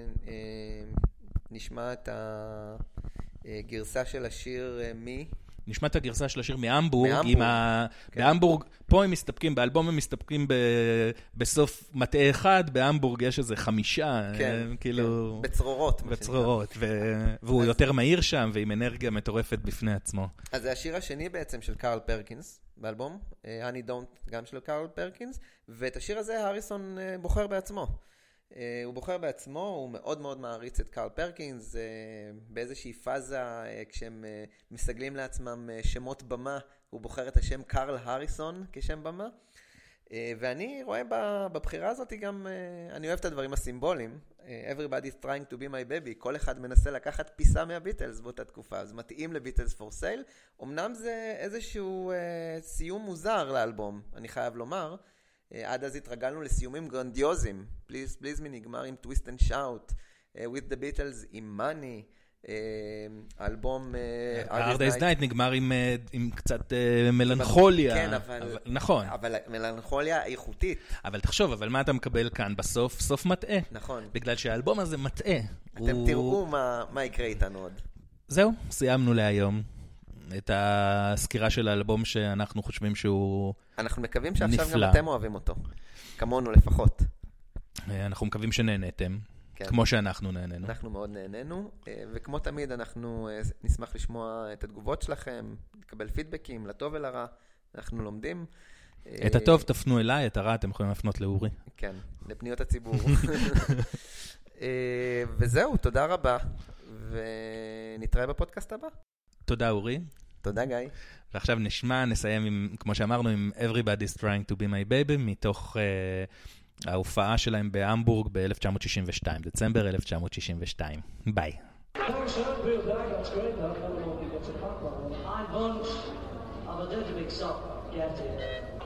שנשמע את הגרסה של השיר מי. נשמע את הגרסה של השיר מהמבורג. בהמבורג, פה הם מסתפקים, באלבום הם מסתפקים בסוף מטעה אחד, בהמבורג יש איזה 5, כאילו... בצרורות. בצרורות, והוא יותר מהיר שם, ועם אנרגיה מטורפת בפני עצמו. אז זה השיר השני בעצם של קארל פרקינס, באלבום, Honey Don't, גם של קארל פרקינס, ואת השיר הזה הריסון בוחר בעצמו. הוא בוחר בעצמו, הוא מאוד מאוד מעריץ את קארל פרקינס, באיזושהי פאזה, כשהם מסגלים לעצמם שמות במה, הוא בוחר את השם קארל הריסון כשם במה, ואני רואה בבחירה הזאת גם, אני אוהב את הדברים הסימבוליים, Everybody's trying to be my baby, כל אחד מנסה לקחת פיסה מהביטלס באותה תקופה, אז מתאים לביטלס for sale, אמנם זה איזשהו סיום מוזר לאלבום, אני חייב לומר, עד אז התרגלנו לסיומים גרנדיוזיים. Please me נגמר עם Twist and Shout, With the Beatles עם Money, האלבום Hard Day's Night נגמר עם קצת מלנכוליה. כן, אבל... נכון. אבל מלנכוליה איכותית. אבל תחשוב, אבל מה אתה מקבל כאן בסוף? סוף מטעה. נכון. בגלל שהאלבום הזה מטעה. אתם תראו מה יקרה איתנו עוד. זהו, סיימנו להיום. את הסקירה של האלבום שאנחנו חושבים שהוא נפלא. אנחנו מקווים שעכשיו גם אתם אוהבים אותו. כמונו לפחות. אנחנו מקווים שנהנתם. כן. כמו שאנחנו נהנינו. אנחנו מאוד נהנינו, וכמו תמיד אנחנו נשמח לשמוע את התגובות שלכם, לקבל פידבקים, לטוב ולרע, אנחנו לומדים. את הטוב תפנו אליי, את הרע אתם יכולים לפנות לאורי. כן, לפניות הציבור. וזהו, תודה רבה, ונתראה בפודקאסט הבא. תודה אורי. תודה, גיא. ועכשיו נסיים עם, כמו שאמרנו, עם Everybody's Trying to be my baby, מתוך ההופעה שלהם בהמבורג ב-1962, דצמבר 1962. ביי. Thanks, sir. Real bag. That's great. I don't know if you got a background. I'm Bunch. I'm a dirty big sock. Get it.